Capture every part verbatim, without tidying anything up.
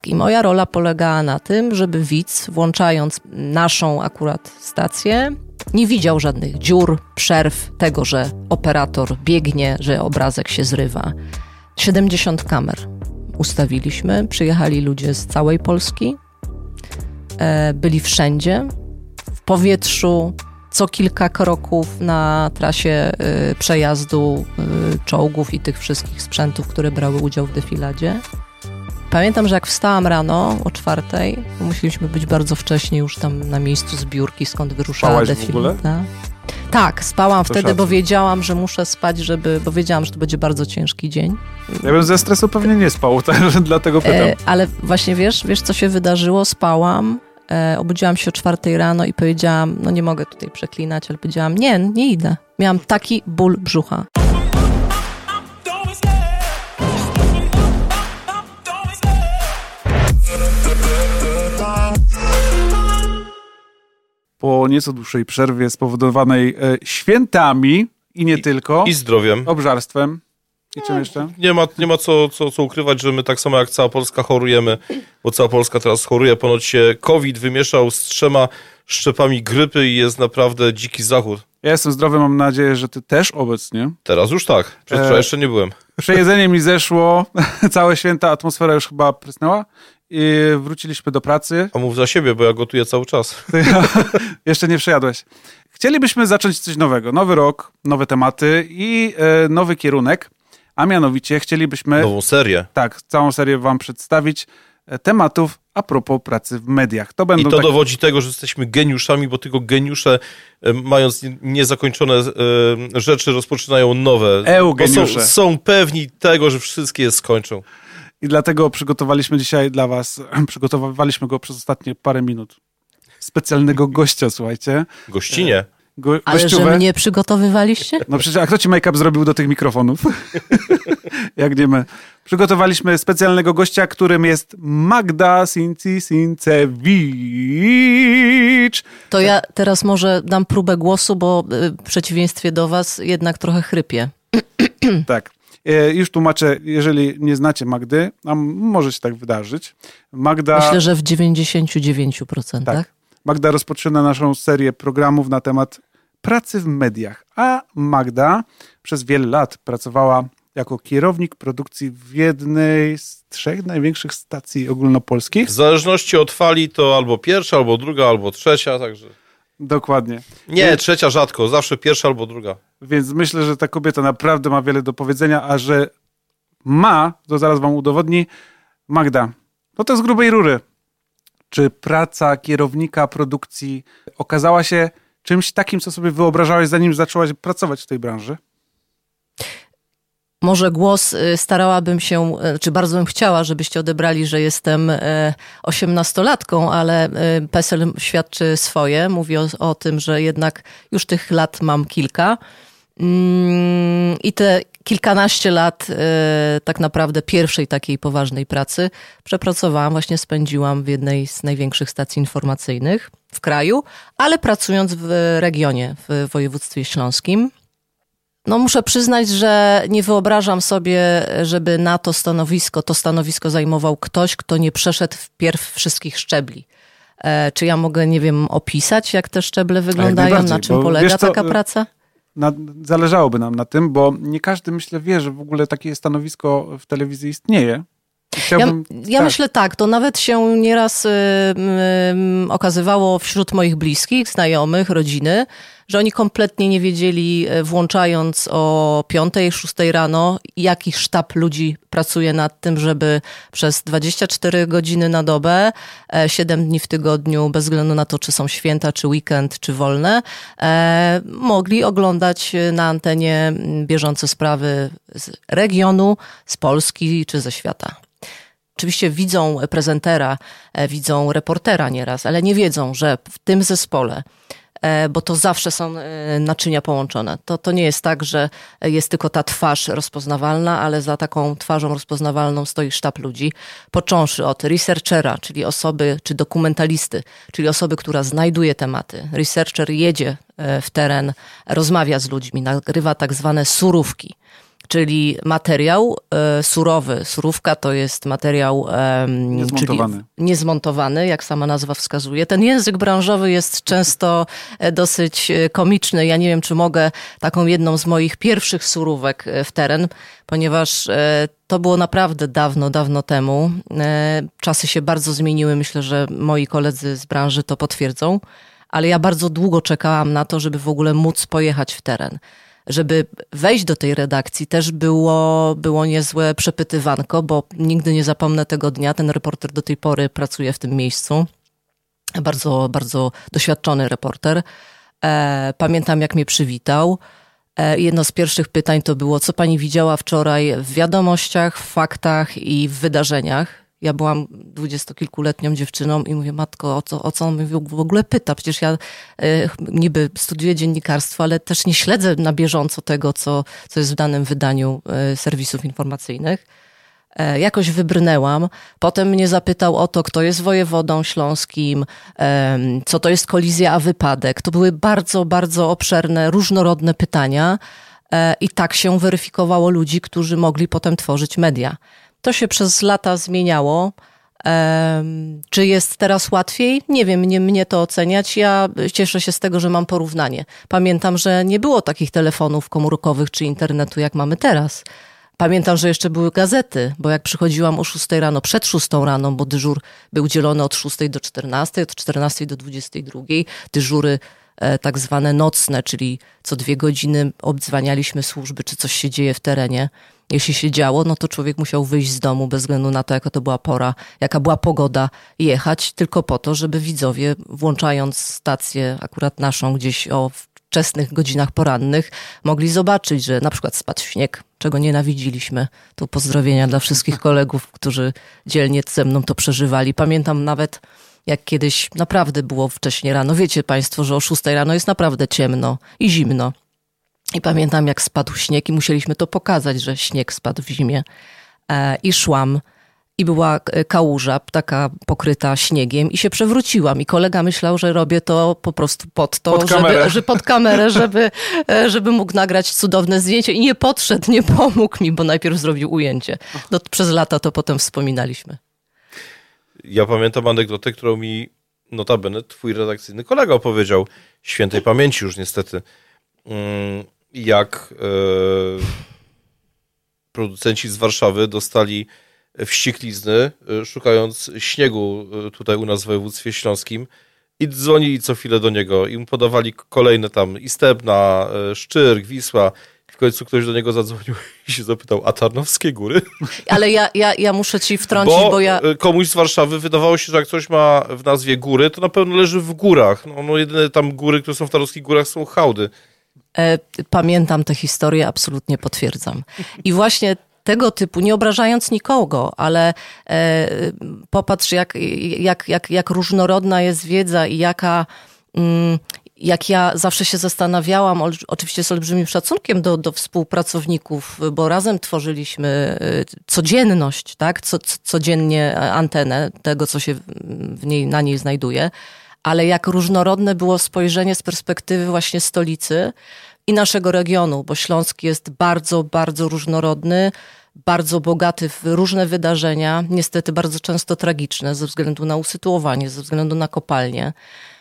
I moja rola polegała na tym, żeby widz, włączając naszą akurat stację, nie widział żadnych dziur, przerw, tego, że operator biegnie, że obrazek się zrywa. siedemdziesiąt kamer ustawiliśmy, przyjechali ludzie z całej Polski, byli wszędzie, w powietrzu, co kilka kroków na trasie przejazdu czołgów i tych wszystkich sprzętów, które brały udział w defiladzie. Pamiętam, że jak wstałam rano o czwartej, bo musieliśmy być bardzo wcześnie już tam na miejscu zbiórki, skąd wyruszała defilada. Tak, spałam to wtedy, szacun. Bo wiedziałam, że muszę spać, żeby, bo wiedziałam, że to będzie bardzo ciężki dzień. Ja bym ze stresu pewnie nie spał, także dlatego pytam. E, ale właśnie wiesz, wiesz co się wydarzyło? Spałam, e, obudziłam się o czwartej rano i powiedziałam, no nie mogę tutaj przeklinać, ale powiedziałam, nie, nie idę. Miałam taki ból brzucha. Po nieco dłuższej przerwie spowodowanej e, świętami i nie I, tylko. I zdrowiem. Obżarstwem. I czym jeszcze? Nie ma, nie ma co, co, co ukrywać, że my tak samo jak cała Polska chorujemy, bo cała Polska teraz choruje. Ponoć się COVID wymieszał z trzema szczepami grypy i jest naprawdę dziki zachód. Ja jestem zdrowy, mam nadzieję, że ty też obecnie. Teraz już tak. Przedwczoraj e, jeszcze nie byłem. Przejedzenie mi zeszło. Całe święta, atmosfera już chyba prysnęła. I wróciliśmy do pracy. A mów za siebie, bo ja gotuję cały czas. Ja, jeszcze nie przejadłeś. Chcielibyśmy zacząć coś nowego. Nowy rok, nowe tematy i e, nowy kierunek. A mianowicie chcielibyśmy... Nową serię. Tak, całą serię wam przedstawić e, tematów a propos pracy w mediach. To będą I to tak... dowodzi tego, że jesteśmy geniuszami, bo tylko geniusze, e, mając niezakończone e, rzeczy, rozpoczynają nowe. Eugeniusze. Są, są pewni tego, że wszystkie je skończą. I dlatego przygotowaliśmy dzisiaj dla was, przygotowywaliśmy go przez ostatnie parę minut. Specjalnego gościa, słuchajcie. Gościnie. Go, Ale gościuwe. że mnie przygotowywaliście? No przecież, a kto ci make-up zrobił do tych mikrofonów? Jak nie my. Przygotowaliśmy specjalnego gościa, którym jest Magda Sinci-Sincewicz. To ja teraz może dam próbę głosu, bo w przeciwieństwie do was jednak trochę chrypię. Tak. Już tłumaczę, jeżeli nie znacie Magdy, a może się tak wydarzyć. Magda... Myślę, że w dziewięćdziesiąt dziewięć procent, tak? tak? Magda rozpoczyna naszą serię programów na temat pracy w mediach, a Magda przez wiele lat pracowała jako kierownik produkcji w jednej z trzech największych stacji ogólnopolskich. W zależności od fali to albo pierwsza, albo druga, albo trzecia, także... Dokładnie. Nie, Więc, trzecia rzadko, zawsze pierwsza albo druga. Więc myślę, że ta kobieta naprawdę ma wiele do powiedzenia, a że ma, to zaraz wam udowodni. Magda, no to z grubej rury. Czy praca kierownika produkcji okazała się czymś takim, co sobie wyobrażałeś, zanim zaczęłaś pracować w tej branży? Może głos starałabym się, czy bardzo bym chciała, żebyście odebrali, że jestem osiemnastolatką, ale PESEL świadczy swoje. Mówi o, o tym, że jednak już tych lat mam kilka. I te kilkanaście lat tak naprawdę pierwszej takiej poważnej pracy przepracowałam, właśnie spędziłam w jednej z największych stacji informacyjnych w kraju, ale pracując w regionie, w województwie śląskim. No muszę przyznać, że nie wyobrażam sobie, żeby na to stanowisko, to stanowisko zajmował ktoś, kto nie przeszedł wpierw wszystkich szczebli. E, czy ja mogę, nie wiem, opisać, jak te szczeble wyglądają, na czym polega wiesz, taka praca? Na, zależałoby nam na tym, bo nie każdy, myślę, wie, że w ogóle takie stanowisko w telewizji istnieje. Chciałbym, ja ja tak. myślę tak, to nawet się nieraz y, y, okazywało wśród moich bliskich, znajomych, rodziny, że oni kompletnie nie wiedzieli, włączając o piątej, szóstej rano, jaki sztab ludzi pracuje nad tym, żeby przez dwadzieścia cztery godziny na dobę, siedem dni w tygodniu, bez względu na to, czy są święta, czy weekend, czy wolne, e, mogli oglądać na antenie bieżące sprawy z regionu, z Polski, czy ze świata. Oczywiście widzą prezentera, widzą reportera nieraz, ale nie wiedzą, że w tym zespole, bo to zawsze są naczynia połączone. To, to nie jest tak, że jest tylko ta twarz rozpoznawalna, ale za taką twarzą rozpoznawalną stoi sztab ludzi, począwszy od researchera, czyli osoby, czy dokumentalisty, czyli osoby, która znajduje tematy. Researcher jedzie w teren, rozmawia z ludźmi, nagrywa tak zwane surówki, czyli materiał e, surowy. Surówka to jest materiał e, niezmontowany. Czyli niezmontowany, jak sama nazwa wskazuje. Ten język branżowy jest często dosyć komiczny. Ja nie wiem, czy mogę taką jedną z moich pierwszych surówek w teren, ponieważ e, to było naprawdę dawno, dawno temu. E, czasy się bardzo zmieniły. Myślę, że moi koledzy z branży to potwierdzą. Ale ja bardzo długo czekałam na to, żeby w ogóle móc pojechać w teren. Żeby wejść do tej redakcji też było, było niezłe przepytywanko, bo nigdy nie zapomnę tego dnia. Ten reporter do tej pory pracuje w tym miejscu. Bardzo, bardzo doświadczony reporter. E, pamiętam, jak mnie przywitał. E, jedno z pierwszych pytań to było, co pani widziała wczoraj w wiadomościach, w faktach i w wydarzeniach. Ja byłam dwudziestokilkuletnią dziewczyną i mówię, matko, o co, o co on mnie w ogóle pyta? Przecież ja e, niby studiuję dziennikarstwo, ale też nie śledzę na bieżąco tego, co, co jest w danym wydaniu e, serwisów informacyjnych. E, jakoś wybrnęłam. Potem mnie zapytał o to, kto jest wojewodą śląskim, e, co to jest kolizja, a wypadek. To były bardzo, bardzo obszerne, różnorodne pytania e, i tak się weryfikowało ludzi, którzy mogli potem tworzyć media. To się przez lata zmieniało. Um, czy jest teraz łatwiej? Nie wiem, nie mnie to oceniać. Ja cieszę się z tego, że mam porównanie. Pamiętam, że nie było takich telefonów komórkowych czy internetu, jak mamy teraz. Pamiętam, że jeszcze były gazety, bo jak przychodziłam o szóstej rano, przed szóstą rano, bo dyżur był dzielony od szóstej do czternastej, od czternastej do dwudziestej drugiej, dyżury e, tak zwane nocne, czyli co dwie godziny obdzwanialiśmy służby, czy coś się dzieje w terenie. Jeśli się działo, no to człowiek musiał wyjść z domu bez względu na to, jaka to była pora, jaka była pogoda, jechać tylko po to, żeby widzowie, włączając stację, akurat naszą gdzieś o wczesnych godzinach porannych, mogli zobaczyć, że na przykład spadł śnieg, czego nienawidziliśmy. Tu pozdrowienia dla wszystkich kolegów, którzy dzielnie ze mną to przeżywali. Pamiętam nawet, jak kiedyś naprawdę było wcześnie rano. Wiecie państwo, że o szóstej rano jest naprawdę ciemno i zimno. I pamiętam, jak spadł śnieg i musieliśmy to pokazać, że śnieg spadł w zimie. E, I szłam i była kałuża taka pokryta śniegiem i się przewróciłam. I kolega myślał, że robię to po prostu pod to, pod żeby, kamerę, że pod kamerę, żeby, żeby mógł nagrać cudowne zdjęcie. I nie podszedł, nie pomógł mi, bo najpierw zrobił ujęcie. No, przez lata to potem wspominaliśmy. Ja pamiętam anegdotę, którą mi notabene twój redakcyjny kolega opowiedział, świętej pamięci już niestety, jak e, producenci z Warszawy dostali wścieklizny, szukając śniegu tutaj u nas w województwie śląskim i dzwonili co chwilę do niego i mu podawali kolejne tam i Stebna, Szczyrk, Wisła. W końcu ktoś do niego zadzwonił i się zapytał, a Tarnowskie Góry? Ale ja, ja, ja muszę ci wtrącić, bo, bo ja... komuś z Warszawy wydawało się, że jak coś ma w nazwie góry, to na pewno leży w górach. No, no jedyne tam góry, które są w Tarnowskich Górach, są hałdy. Pamiętam tę historię, absolutnie potwierdzam. I właśnie tego typu, nie obrażając nikogo, ale e, popatrz, jak, jak, jak, jak różnorodna jest wiedza i jaka, mm, jak ja zawsze się zastanawiałam, oczywiście z olbrzymim szacunkiem do, do współpracowników, bo razem tworzyliśmy codzienność, tak? Co, codziennie antenę tego, co się w niej, na niej znajduje. Ale jak różnorodne było spojrzenie z perspektywy właśnie stolicy i naszego regionu, bo Śląsk jest bardzo, bardzo różnorodny, bardzo bogaty w różne wydarzenia, niestety bardzo często tragiczne ze względu na usytuowanie, ze względu na kopalnie.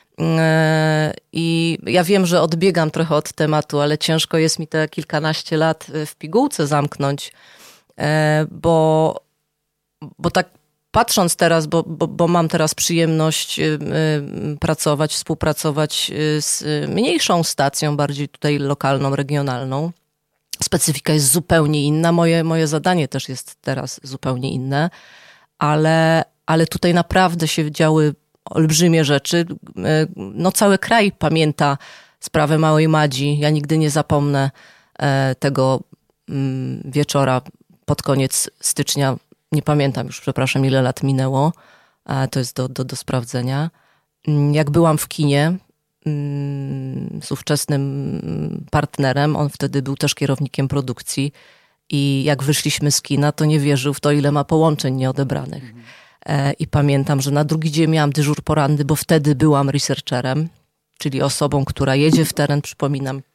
I ja wiem, że odbiegam trochę od tematu, ale ciężko jest mi te kilkanaście lat w pigułce zamknąć, bo, bo tak patrząc teraz, bo, bo, bo mam teraz przyjemność y, y, pracować, współpracować z mniejszą stacją, bardziej tutaj lokalną, regionalną. Specyfika jest zupełnie inna. Moje, moje zadanie też jest teraz zupełnie inne, ale, ale tutaj naprawdę się działy olbrzymie rzeczy. No, cały kraj pamięta sprawę Małej Madzi. Ja nigdy nie zapomnę tego wieczora pod koniec stycznia. Nie pamiętam już, przepraszam, ile lat minęło. To jest do, do, do sprawdzenia. Jak byłam w kinie z ówczesnym partnerem, on wtedy był też kierownikiem produkcji i jak wyszliśmy z kina, to nie wierzył w to, ile ma połączeń nieodebranych. Mhm. I pamiętam, że na drugi dzień miałam dyżur poranny, bo wtedy byłam researcherem, czyli osobą, która jedzie w teren, przypominam,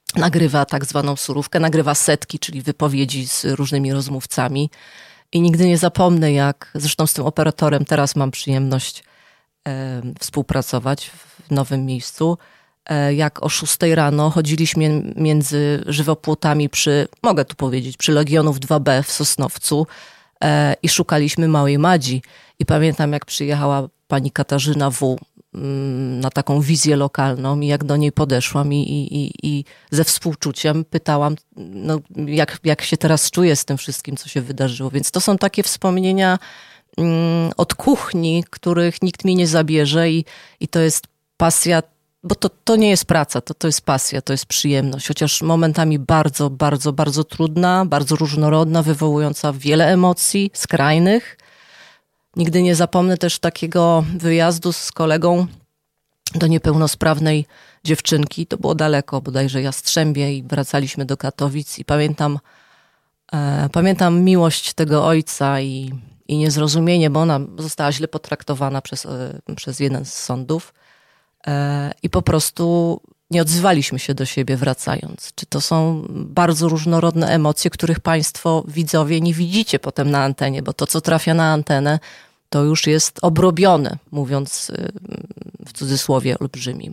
nagrywa tak zwaną surówkę, nagrywa setki, czyli wypowiedzi z różnymi rozmówcami. I nigdy nie zapomnę, jak zresztą z tym operatorem teraz mam przyjemność e, współpracować w nowym miejscu, e, jak o szóstej rano chodziliśmy między żywopłotami przy, mogę tu powiedzieć, przy Legionów dwa B w Sosnowcu e, i szukaliśmy Małej Madzi. I pamiętam, jak przyjechała pani Katarzyna W. na taką wizję lokalną i jak do niej podeszłam i, i, i ze współczuciem pytałam, no, jak, jak się teraz czuję z tym wszystkim, co się wydarzyło. Więc to są takie wspomnienia mm, od kuchni, których nikt mi nie zabierze i, i to jest pasja, bo to, to nie jest praca, to, to jest pasja, to jest przyjemność, chociaż momentami bardzo, bardzo, bardzo trudna, bardzo różnorodna, wywołująca wiele emocji skrajnych. Nigdy nie zapomnę też takiego wyjazdu z kolegą do niepełnosprawnej dziewczynki. To było daleko, bodajże Jastrzębie i wracaliśmy do Katowic i pamiętam, e, pamiętam miłość tego ojca i, i niezrozumienie, bo ona została źle potraktowana przez, e, przez jeden z sądów e, i po prostu nie odzywaliśmy się do siebie wracając. Czy to są bardzo różnorodne emocje, których państwo, widzowie, nie widzicie potem na antenie, bo to, co trafia na antenę, to już jest obrobione, mówiąc w cudzysłowie olbrzymim.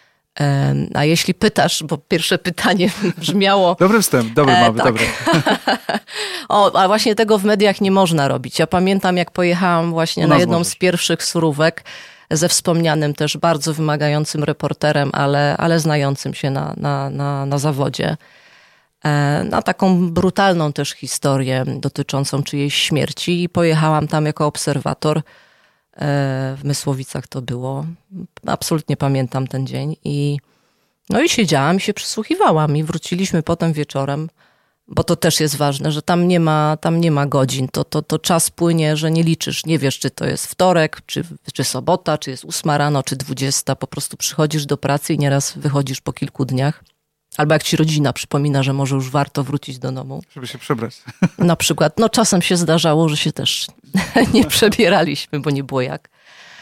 A jeśli pytasz, bo pierwsze pytanie brzmiało... Dobry wstęp, dobry e, mamy, tak. dobry. O, a właśnie tego w mediach nie można robić. Ja pamiętam, jak pojechałam właśnie na jedną możesz. z pierwszych surówek ze wspomnianym też bardzo wymagającym reporterem, ale, ale znającym się na, na, na, na zawodzie. Na taką brutalną też historię dotyczącą czyjejś śmierci i pojechałam tam jako obserwator. W Mysłowicach to było. Absolutnie pamiętam ten dzień. I, no i siedziałam i się przysłuchiwałam i wróciliśmy potem wieczorem, bo to też jest ważne, że tam nie ma, tam nie ma godzin. To, to, to czas płynie, że nie liczysz. Nie wiesz, czy to jest wtorek, czy, czy sobota, czy jest ósma rano, czy dwudziesta. Po prostu przychodzisz do pracy i nieraz wychodzisz po kilku dniach. Albo jak ci rodzina przypomina, że może już warto wrócić do domu. Żeby się przebrać. Na przykład. No czasem się zdarzało, że się też nie przebieraliśmy, bo nie było jak.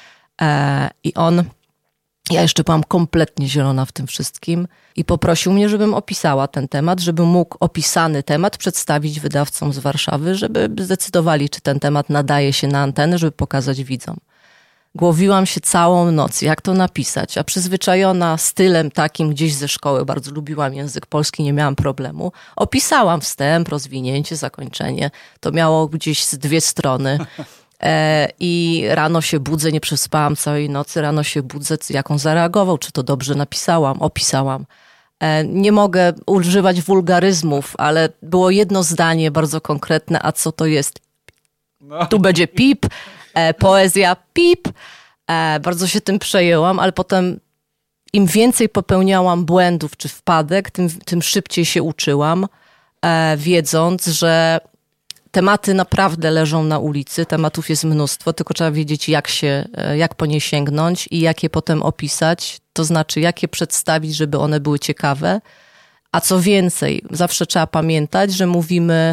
E, I on, ja jeszcze byłam kompletnie zielona w tym wszystkim i poprosił mnie, żebym opisała ten temat, żebym mógł opisany temat przedstawić wydawcom z Warszawy, żeby zdecydowali, czy ten temat nadaje się na antenę, żeby pokazać widzom. Głowiłam się całą noc, jak to napisać, a przyzwyczajona stylem takim gdzieś ze szkoły, bardzo lubiłam język polski, nie miałam problemu. Opisałam wstęp, rozwinięcie, zakończenie. To miało gdzieś z dwie strony. E, I rano się budzę, nie przespałam całej nocy, rano się budzę, jak on zareagował, czy to dobrze napisałam, opisałam. E, nie mogę używać wulgaryzmów, ale było jedno zdanie bardzo konkretne, a co to jest? No. Tu będzie pip. E, poezja pip. E, bardzo się tym przejęłam, ale potem im więcej popełniałam błędów czy wpadek, tym, tym szybciej się uczyłam, e, wiedząc, że tematy naprawdę leżą na ulicy, tematów jest mnóstwo, tylko trzeba wiedzieć, jak się, jak po nie sięgnąć i jak je potem opisać, to znaczy jak je przedstawić, żeby one były ciekawe. A co więcej, zawsze trzeba pamiętać, że mówimy,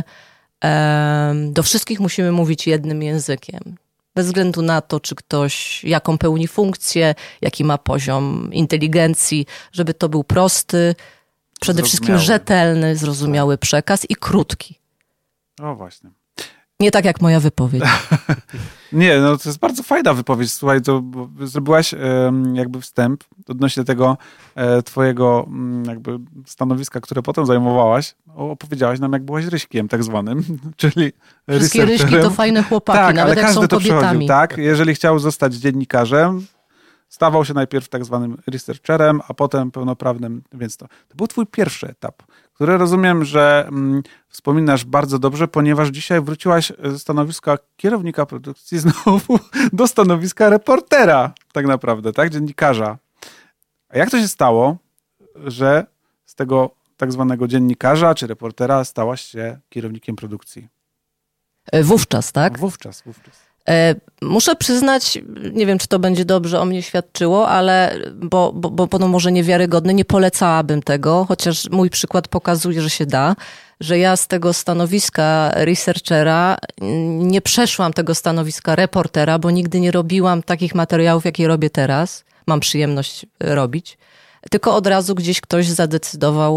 e, do wszystkich musimy mówić jednym językiem. Bez względu na to, czy ktoś, jaką pełni funkcję, jaki ma poziom inteligencji, żeby to był prosty, przede wszystkim rzetelny, zrozumiały przekaz i krótki. O właśnie. Nie tak jak moja wypowiedź. Nie, no to jest bardzo fajna wypowiedź. Słuchaj, to zrobiłaś um, jakby wstęp odnośnie tego e, twojego um, jakby stanowiska, które potem zajmowałaś. Opowiedziałaś nam, jak byłaś ryśkiem tak zwanym, czyli wszystkie ryśki to fajne chłopaki, tak, nawet ale jak każdy są to kobietami. Tak, jeżeli chciał zostać dziennikarzem, stawał się najpierw tak zwanym researcherem, a potem pełnoprawnym, więc to, to był twój pierwszy etap, który rozumiem, że mm, wspominasz bardzo dobrze, ponieważ dzisiaj wróciłaś ze stanowiska kierownika produkcji znowu do stanowiska reportera, tak naprawdę, tak? Dziennikarza. A jak to się stało, że z tego tak zwanego dziennikarza czy reportera stałaś się kierownikiem produkcji? Wówczas, tak? Wówczas, wówczas. Muszę przyznać, nie wiem, czy to będzie dobrze o mnie świadczyło, ale bo, bo, bo potem może niewiarygodne, nie polecałabym tego, chociaż mój przykład pokazuje, że się da, że ja z tego stanowiska researchera nie przeszłam tego stanowiska reportera, bo nigdy nie robiłam takich materiałów, jakie robię teraz. Mam przyjemność robić. Tylko od razu gdzieś ktoś zadecydował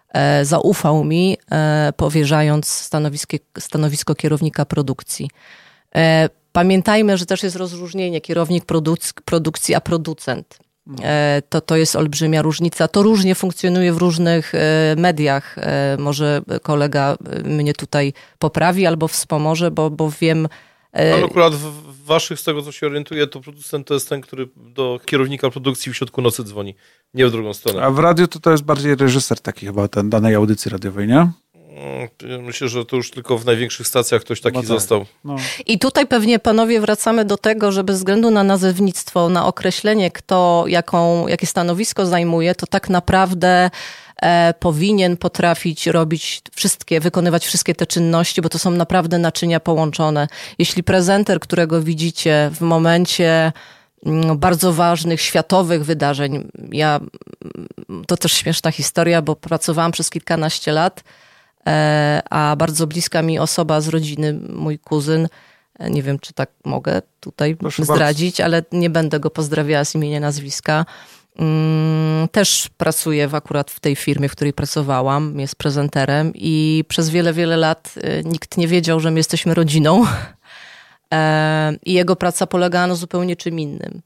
e, zaufał mi, e, powierzając stanowisko, stanowisko kierownika produkcji. E, pamiętajmy, że też jest rozróżnienie kierownik produc- produkcji, a producent. E, to, to jest olbrzymia różnica. To różnie funkcjonuje w różnych e, mediach. E, może kolega mnie tutaj poprawi albo wspomoże, bo, bo wiem... E, Ale akurat w waszych, z tego co się orientuję, to producent to jest ten, który do kierownika produkcji w środku nocy dzwoni. Nie w drugą stronę. A w radiu to, to jest bardziej reżyser taki chyba ten danej audycji radiowej, nie? Myślę, że to już tylko w największych stacjach ktoś taki no tak. został. No. I tutaj pewnie panowie wracamy do tego, że bez względu na nazewnictwo, na określenie, kto jaką, jakie stanowisko zajmuje, to tak naprawdę e, powinien potrafić robić wszystkie, wykonywać wszystkie te czynności, bo to są naprawdę naczynia połączone. Jeśli prezenter, którego widzicie w momencie bardzo ważnych, światowych wydarzeń, ja, to też śmieszna historia, bo pracowałam przez kilkanaście lat, a bardzo bliska mi osoba z rodziny, mój kuzyn, nie wiem, czy tak mogę tutaj Proszę zdradzić, bardzo. Ale nie będę go pozdrawiała z imienia, nazwiska. Też pracuje w, akurat w tej firmie, w której pracowałam, jest prezenterem i przez wiele, wiele lat nikt nie wiedział, że my jesteśmy rodziną i jego praca polegała na zupełnie czym innym.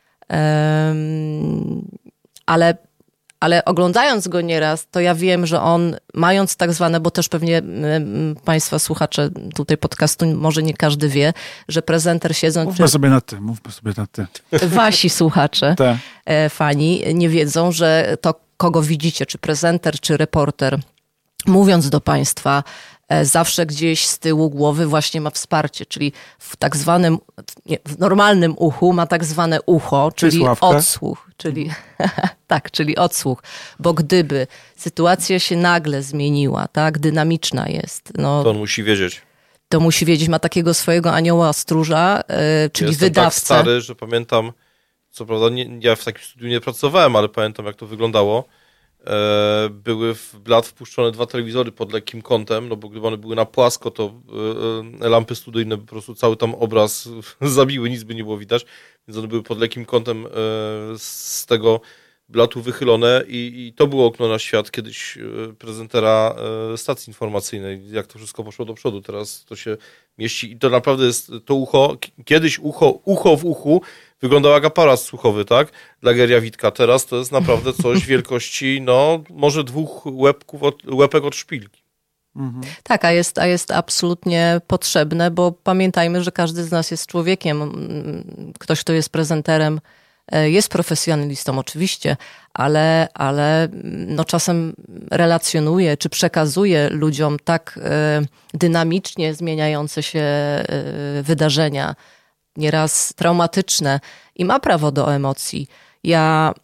Ale Ale oglądając go nieraz, to ja wiem, że on, mając tak zwane, bo też pewnie państwa słuchacze tutaj podcastu, może nie każdy wie, że prezenter siedząc... Mówmy czy... sobie na ty, mówmy sobie na ty. Wasi słuchacze, Te. fani, nie wiedzą, że to, kogo widzicie, czy prezenter, czy reporter, mówiąc do państwa, zawsze gdzieś z tyłu głowy właśnie ma wsparcie, czyli w tak zwanym, nie, w normalnym uchu ma tak zwane ucho, czyli Sławka. odsłuch, czyli tak, czyli odsłuch, bo gdyby sytuacja się nagle zmieniła, tak, dynamiczna jest, no, to on musi wiedzieć. To musi wiedzieć, ma takiego swojego anioła stróża, yy, czyli Jestem wydawcę. tak stary, że pamiętam, co prawda nie, ja w takim studiu nie pracowałem, ale pamiętam, jak to wyglądało. Były w blat wpuszczone dwa telewizory pod lekkim kątem, no bo gdyby one były na płasko, to lampy studyjne po prostu cały tam obraz zabiły, nic by nie było widać, więc one były pod lekkim kątem z tego blatu wychylone i, i to było okno na świat kiedyś prezentera stacji informacyjnej, jak to wszystko poszło do przodu, teraz to się mieści i to naprawdę jest to ucho, kiedyś ucho, ucho w uchu wyglądał jak aparat słuchowy, tak? Dla Geria Witka. Teraz to jest naprawdę coś wielkości, no, może dwóch łebków od, łepek od szpilki. Mhm. Tak, a jest, a jest absolutnie potrzebne, bo pamiętajmy, że każdy z nas jest człowiekiem. Ktoś, kto jest prezenterem, jest profesjonalistą oczywiście, ale, ale no czasem relacjonuje czy przekazuje ludziom tak dynamicznie zmieniające się wydarzenia, nieraz traumatyczne i ma prawo do emocji. Ja...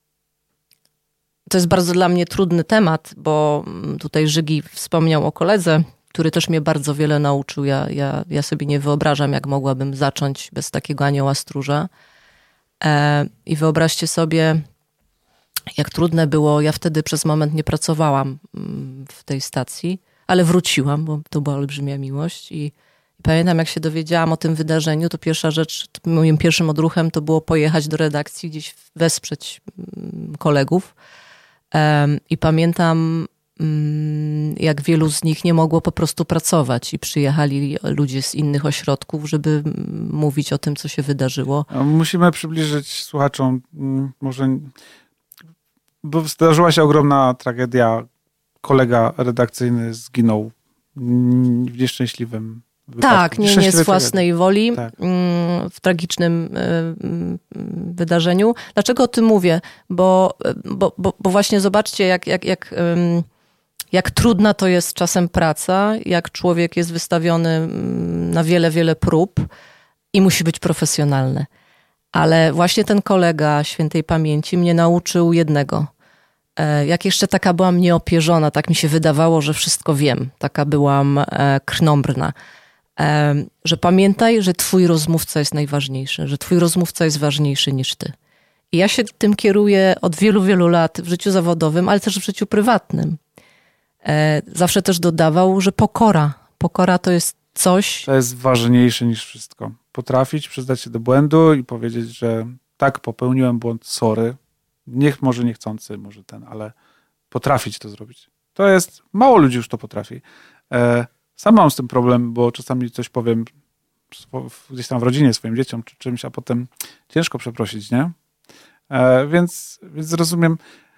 To jest bardzo dla mnie trudny temat, bo tutaj Żygi wspomniał o koledze, który też mnie bardzo wiele nauczył. Ja, ja, ja sobie nie wyobrażam, jak mogłabym zacząć bez takiego anioła stróża. E, I wyobraźcie sobie, jak trudne było. Ja wtedy przez moment nie pracowałam w tej stacji, ale wróciłam, bo to była olbrzymia miłość. I, i pamiętam, jak się dowiedziałam o tym wydarzeniu, to pierwsza rzecz, moim pierwszym odruchem to było pojechać do redakcji, gdzieś wesprzeć kolegów. I pamiętam, jak wielu z nich nie mogło po prostu pracować i przyjechali ludzie z innych ośrodków, żeby mówić o tym, co się wydarzyło. Musimy przybliżyć słuchaczom, może, bo zdarzyła się ogromna tragedia. Kolega redakcyjny zginął w nieszczęśliwym wypadku. Tak, nie, nie z własnej woli, tak. W tragicznym wydarzeniu. Dlaczego o tym mówię? Bo, bo, bo, bo właśnie zobaczcie, jak, jak, jak, jak trudna to jest czasem praca, jak człowiek jest wystawiony na wiele, wiele prób i musi być profesjonalny. Ale właśnie ten kolega świętej pamięci mnie nauczył jednego. Jak jeszcze taka byłam nieopierzona, tak mi się wydawało, że wszystko wiem. Taka byłam krnąbrna. Że pamiętaj, że twój rozmówca jest najważniejszy, że twój rozmówca jest ważniejszy niż ty. I ja się tym kieruję od wielu, wielu lat w życiu zawodowym, ale też w życiu prywatnym. Zawsze też dodawał, że pokora. Pokora to jest coś... To jest ważniejsze niż wszystko. Potrafić przyznać się do błędu i powiedzieć, że tak, popełniłem błąd, sorry. Niech może niechcący, może ten, ale potrafić to zrobić. To jest, mało ludzi już to potrafi. E, sam mam z tym problem, bo czasami coś powiem gdzieś tam w rodzinie swoim dzieciom czy czymś, a potem ciężko przeprosić, nie? E, więc, więc rozumiem.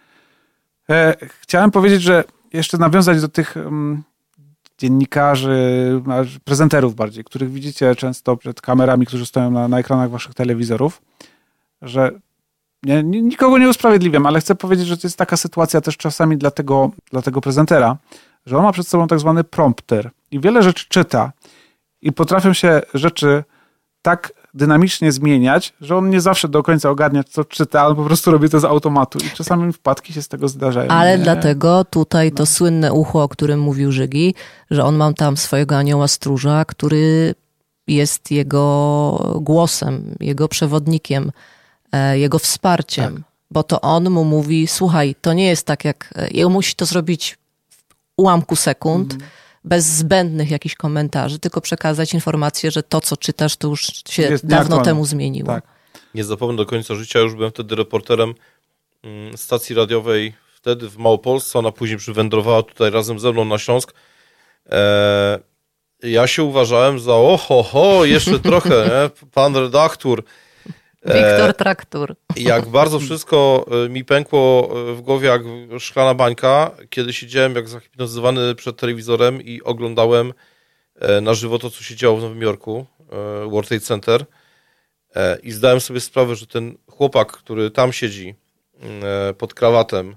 E, chciałem powiedzieć, że jeszcze nawiązać do tych um, dziennikarzy, prezenterów bardziej, których widzicie często przed kamerami, którzy stoją na, na ekranach waszych telewizorów, że nie, nikogo nie usprawiedliwiam, ale chcę powiedzieć, że to jest taka sytuacja też czasami dla tego, dla tego prezentera, że on ma przed sobą tak zwany prompter i wiele rzeczy czyta i potrafią się rzeczy tak dynamicznie zmieniać, że on nie zawsze do końca ogarnia, co czyta, ale po prostu robi to z automatu i czasami wpadki się z tego zdarzają. Ale nie? dlatego tutaj to słynne ucho, o którym mówił Żygi, że on ma tam swojego anioła stróża, który jest jego głosem, jego przewodnikiem, jego wsparciem, tak. Bo to on mu mówi, słuchaj, to nie jest tak jak, i on musi to zrobić w ułamku sekund, mm. bez zbędnych jakichś komentarzy, tylko przekazać informację, że to, co czytasz, to już się jest dawno temu zmieniło. Tak. Nie zapomnę do końca życia, już byłem wtedy reporterem stacji radiowej wtedy w Małopolsce, ona później przywędrowała tutaj razem ze mną na Śląsk. Eee, ja się uważałem za oho, ho, jeszcze trochę, nie? Pan redaktor. Wiktor Traktor. Jak bardzo wszystko mi pękło w głowie jak szklana bańka, kiedy siedziałem jak zahipnotyzowany przed telewizorem i oglądałem na żywo to, co się działo w Nowym Jorku, World Trade Center, i zdałem sobie sprawę, że ten chłopak, który tam siedzi pod krawatem,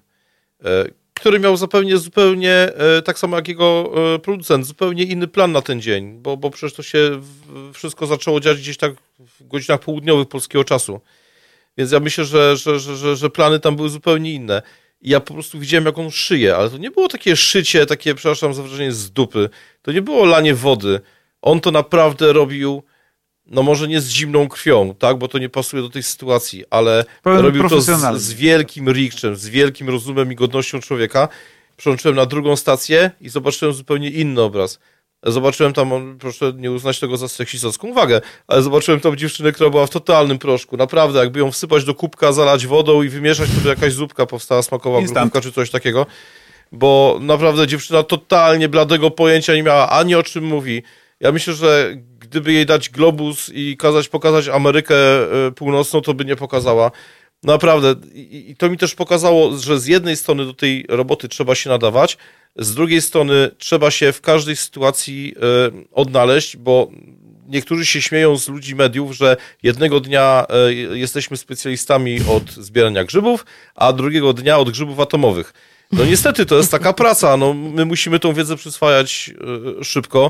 który miał zupełnie, zupełnie, tak samo jak jego producent, zupełnie inny plan na ten dzień, bo, bo przecież to się wszystko zaczęło dziać gdzieś tak w godzinach południowych polskiego czasu. Więc ja myślę, że, że, że, że, że plany tam były zupełnie inne. I ja po prostu widziałem, jak on szyje, ale to nie było takie szycie, takie, przepraszam za wrażenie, z dupy. To nie było lanie wody. On to naprawdę robił, no może nie z zimną krwią, tak, bo to nie pasuje do tej sytuacji, ale robił to z, z wielkim rikczem, z wielkim rozumem i godnością człowieka. Przełączyłem na drugą stację i zobaczyłem zupełnie inny obraz. Zobaczyłem tam, proszę nie uznać tego za seksistowską uwagę, ale zobaczyłem tam dziewczynę, która była w totalnym proszku. Naprawdę, jakby ją wsypać do kubka, zalać wodą i wymieszać, to by jakaś zupka powstała, smakowa grudówka czy coś takiego. Bo naprawdę dziewczyna totalnie bladego pojęcia nie miała ani o czym mówi. Ja myślę, że gdyby jej dać globus i kazać pokazać Amerykę Północną, to by nie pokazała. Naprawdę. I to mi też pokazało, że z jednej strony do tej roboty trzeba się nadawać, z drugiej strony trzeba się w każdej sytuacji odnaleźć, bo niektórzy się śmieją z ludzi mediów, że jednego dnia jesteśmy specjalistami od zbierania grzybów, a drugiego dnia od grzybów atomowych. No niestety to jest taka praca, no my musimy tą wiedzę przyswajać szybko.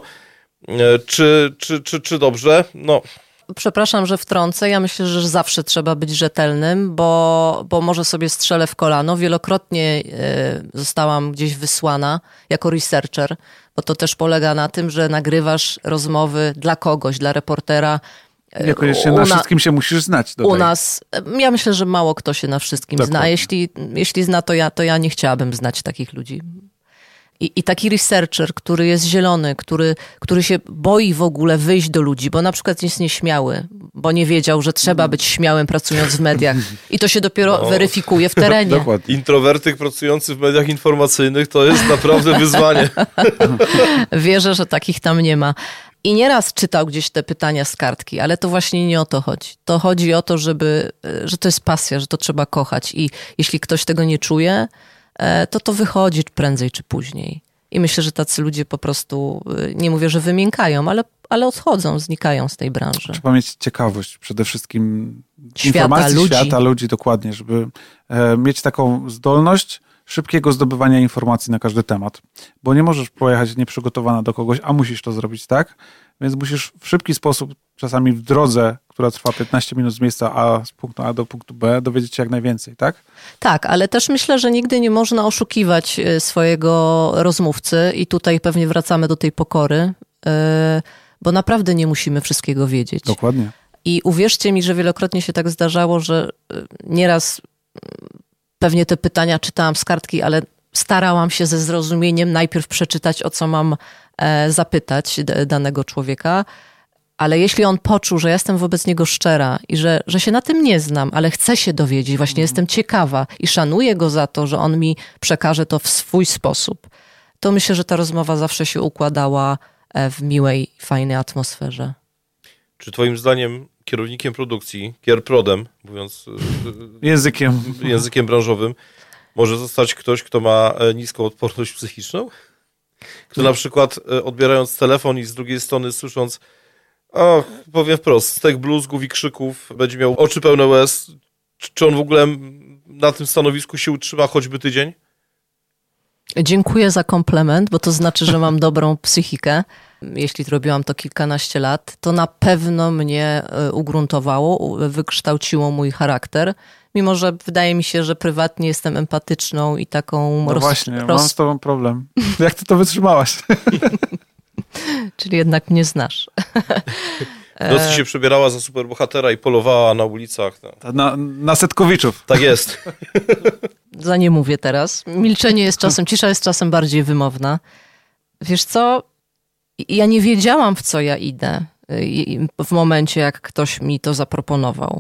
Czy, czy, czy, czy dobrze? No. Przepraszam, że wtrącę. Ja myślę, że zawsze trzeba być rzetelnym, bo, bo może sobie strzelę w kolano. Wielokrotnie zostałam gdzieś wysłana jako researcher, bo to też polega na tym, że nagrywasz rozmowy dla kogoś, dla reportera. Niekoniecznie na wszystkim się musisz znać. Dodaj. U nas, ja myślę, że mało kto się na wszystkim Dokładnie. zna. Jeśli, jeśli zna, to ja, to ja nie chciałabym znać takich ludzi. I, I taki researcher, który jest zielony, który, który się boi w ogóle wyjść do ludzi, bo na przykład jest nieśmiały, bo nie wiedział, że trzeba być śmiałym pracując w mediach. I to się dopiero no. weryfikuje w terenie. Dokładnie. Introwertyk pracujący w mediach informacyjnych to jest naprawdę wyzwanie. Wierzę, że takich tam nie ma. I nieraz czytał gdzieś te pytania z kartki, ale to właśnie nie o to chodzi. To chodzi o to, żeby, że to jest pasja, że to trzeba kochać. I jeśli ktoś tego nie czuje, to to wychodzi prędzej czy później. I myślę, że tacy ludzie po prostu, nie mówię, że wymiękają, ale, ale odchodzą, znikają z tej branży. Trzeba mieć ciekawość przede wszystkim świata, informacji ludzi. świata, ludzi, dokładnie, żeby e, mieć taką zdolność szybkiego zdobywania informacji na każdy temat. Bo nie możesz pojechać nieprzygotowana do kogoś, a musisz to zrobić tak, więc musisz w szybki sposób, czasami w drodze, która trwa piętnaście minut z miejsca A, z punktu A do punktu B, dowiedzieć się jak najwięcej, tak? Tak, ale też myślę, że nigdy nie można oszukiwać swojego rozmówcy i tutaj pewnie wracamy do tej pokory, bo naprawdę nie musimy wszystkiego wiedzieć. Dokładnie. I uwierzcie mi, że wielokrotnie się tak zdarzało, że nieraz pewnie te pytania czytałam z kartki, ale starałam się ze zrozumieniem najpierw przeczytać, o co mam zapytać danego człowieka. Ale jeśli on poczuł, że ja jestem wobec niego szczera i że, że się na tym nie znam, ale chcę się dowiedzieć, właśnie mm. jestem ciekawa i szanuję go za to, że on mi przekaże to w swój sposób, to myślę, że ta rozmowa zawsze się układała w miłej, fajnej atmosferze. Czy twoim zdaniem kierownikiem produkcji, kierprodem, mówiąc językiem. językiem branżowym, może zostać ktoś, kto ma niską odporność psychiczną? Kto na przykład odbierając telefon i z drugiej strony słysząc, o, powiem wprost, stek bluzgów i krzyków, będzie miał oczy pełne łez. Czy on w ogóle na tym stanowisku się utrzyma choćby tydzień? Dziękuję za komplement, bo to znaczy, że mam dobrą psychikę. Jeśli robiłam to kilkanaście lat, to na pewno mnie ugruntowało, wykształciło mój charakter. Mimo że wydaje mi się, że prywatnie jestem empatyczną i taką... No roz, właśnie, roz... mam z tobą problem. Jak ty to wytrzymałaś? Czyli jednak mnie znasz. W nocy się przebierała za superbohatera i polowała na ulicach. No. Na, na Setkowiczów. Tak jest. Za nie mówię teraz. Milczenie jest czasem, cisza jest czasem bardziej wymowna. Wiesz co? Ja nie wiedziałam, w co ja idę w momencie, jak ktoś mi to zaproponował.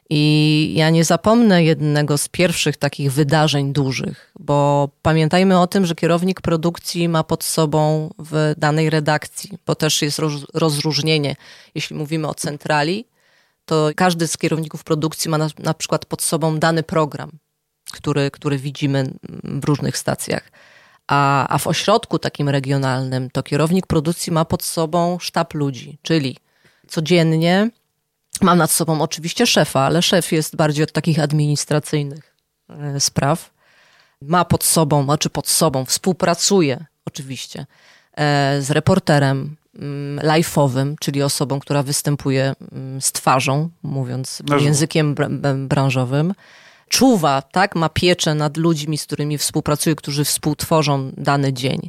I ja nie zapomnę jednego z pierwszych takich wydarzeń dużych, bo pamiętajmy o tym, że kierownik produkcji ma pod sobą w danej redakcji, bo też jest rozróżnienie. Jeśli mówimy o centrali, to każdy z kierowników produkcji ma na, na przykład pod sobą dany program, który, który widzimy w różnych stacjach. A, a w ośrodku takim regionalnym to kierownik produkcji ma pod sobą sztab ludzi, czyli codziennie mam nad sobą oczywiście szefa, ale szef jest bardziej od takich administracyjnych spraw. Ma pod sobą, znaczy pod sobą, współpracuje oczywiście z reporterem live'owym, czyli osobą, która występuje z twarzą, mówiąc no, językiem branżowym. Czuwa, tak, ma pieczę nad ludźmi, z którymi współpracuje, którzy współtworzą dany dzień.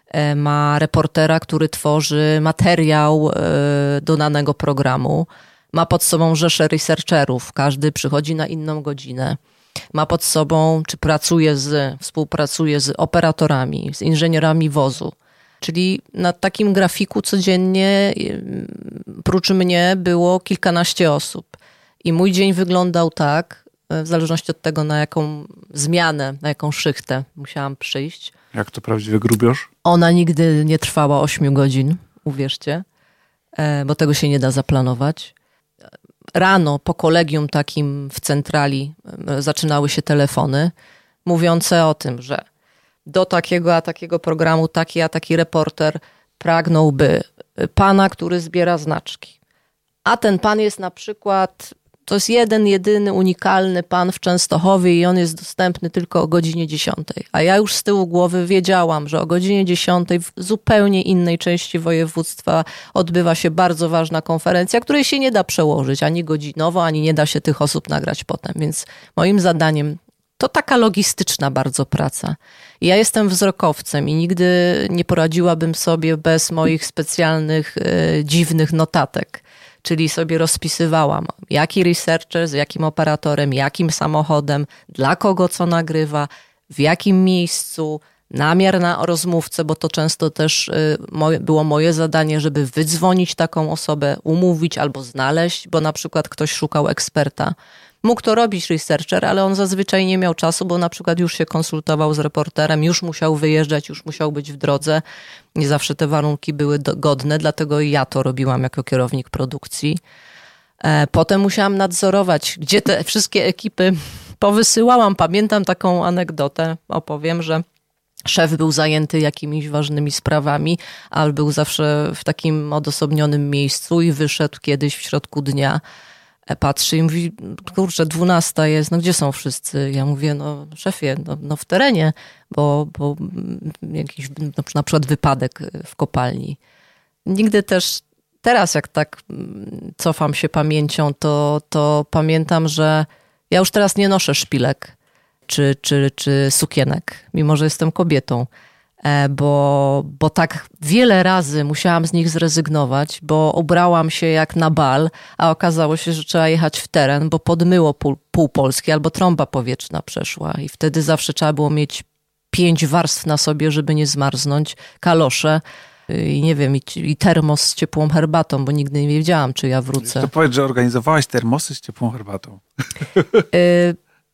Ma reportera, który tworzy materiał do danego programu. Ma pod sobą rzeszę researcherów, każdy przychodzi na inną godzinę. Ma pod sobą, czy pracuje z, współpracuje z operatorami, z inżynierami wozu. Czyli na takim grafiku codziennie, prócz mnie, było kilkanaście osób. I mój dzień wyglądał tak, w zależności od tego, na jaką zmianę, na jaką szychtę musiałam przyjść. Jak to prawdziwy grubiosz? Ona nigdy nie trwała ośmiu godzin, uwierzcie, bo tego się nie da zaplanować. Rano po kolegium takim w centrali zaczynały się telefony mówiące o tym, że do takiego a takiego programu taki a taki reporter pragnąłby pana, który zbiera znaczki. A ten pan jest na przykład, to jest jeden, jedyny, unikalny pan w Częstochowie i on jest dostępny tylko o godzinie dziesiątej. A ja już z tyłu głowy wiedziałam, że o godzinie dziesiątej w zupełnie innej części województwa odbywa się bardzo ważna konferencja, której się nie da przełożyć ani godzinowo, ani nie da się tych osób nagrać potem. Więc moim zadaniem to taka logistyczna bardzo praca. Ja jestem wzrokowcem i nigdy nie poradziłabym sobie bez moich specjalnych, e, dziwnych notatek. Czyli sobie rozpisywałam, jaki researcher, z jakim operatorem, jakim samochodem, dla kogo co nagrywa, w jakim miejscu, namiar na rozmówcę, bo to często też moje, było moje zadanie, żeby wydzwonić taką osobę, umówić albo znaleźć, bo na przykład ktoś szukał eksperta. Mógł to robić researcher, ale on zazwyczaj nie miał czasu, bo na przykład już się konsultował z reporterem, już musiał wyjeżdżać, już musiał być w drodze. Nie zawsze te warunki były godne, dlatego ja to robiłam jako kierownik produkcji. Potem musiałam nadzorować, gdzie te wszystkie ekipy powysyłałam. Pamiętam taką anegdotę, opowiem, że szef był zajęty jakimiś ważnymi sprawami, ale był zawsze w takim odosobnionym miejscu i wyszedł kiedyś w środku dnia. Patrzy i mówi, kurczę, dwunasta jest, no gdzie są wszyscy? Ja mówię, no szefie, no, no w terenie, bo, bo jakiś no, na przykład wypadek w kopalni. Nigdy też, teraz jak tak cofam się pamięcią, to, to pamiętam, że ja już teraz nie noszę szpilek czy, czy, czy sukienek, mimo że jestem kobietą. Bo, bo tak wiele razy musiałam z nich zrezygnować, bo ubrałam się jak na bal, a okazało się, że trzeba jechać w teren, bo podmyło pół, pół Polski albo trąba powietrzna przeszła i wtedy zawsze trzeba było mieć pięć warstw na sobie, żeby nie zmarznąć, kalosze, i nie wiem, i, i termos z ciepłą herbatą, bo nigdy nie wiedziałam, czy ja wrócę. To powiedz, że organizowałaś termosy z ciepłą herbatą. Y-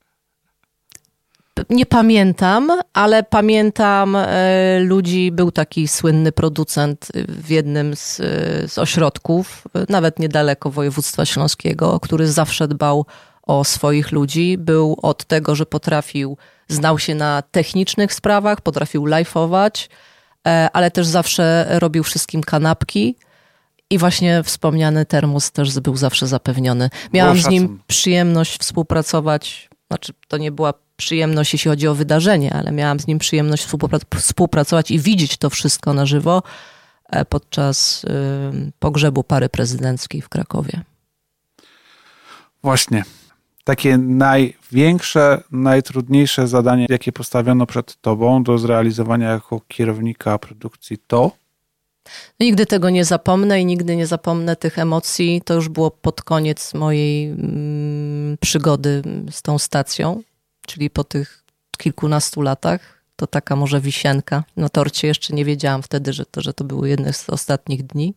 Nie pamiętam, ale pamiętam e, ludzi, był taki słynny producent w jednym z, z ośrodków, nawet niedaleko województwa śląskiego, który zawsze dbał o swoich ludzi. Był od tego, że potrafił, znał się na technicznych sprawach, potrafił live'ować, e, ale też zawsze robił wszystkim kanapki. I właśnie wspomniany termos też był zawsze zapewniony. Miałam z nim przyjemność współpracować, znaczy to nie była przyjemność, jeśli chodzi o wydarzenie, ale miałam z nim przyjemność współpracować i widzieć to wszystko na żywo podczas y, pogrzebu pary prezydenckiej w Krakowie. Właśnie. Takie największe, najtrudniejsze zadanie, jakie postawiono przed tobą do zrealizowania jako kierownika produkcji, to? No, nigdy tego nie zapomnę i nigdy nie zapomnę tych emocji. To już było pod koniec mojej mm, przygody z tą stacją. Czyli po tych kilkunastu latach, to taka może wisienka na torcie. Jeszcze nie wiedziałam wtedy, że to, że to były jedne z ostatnich dni.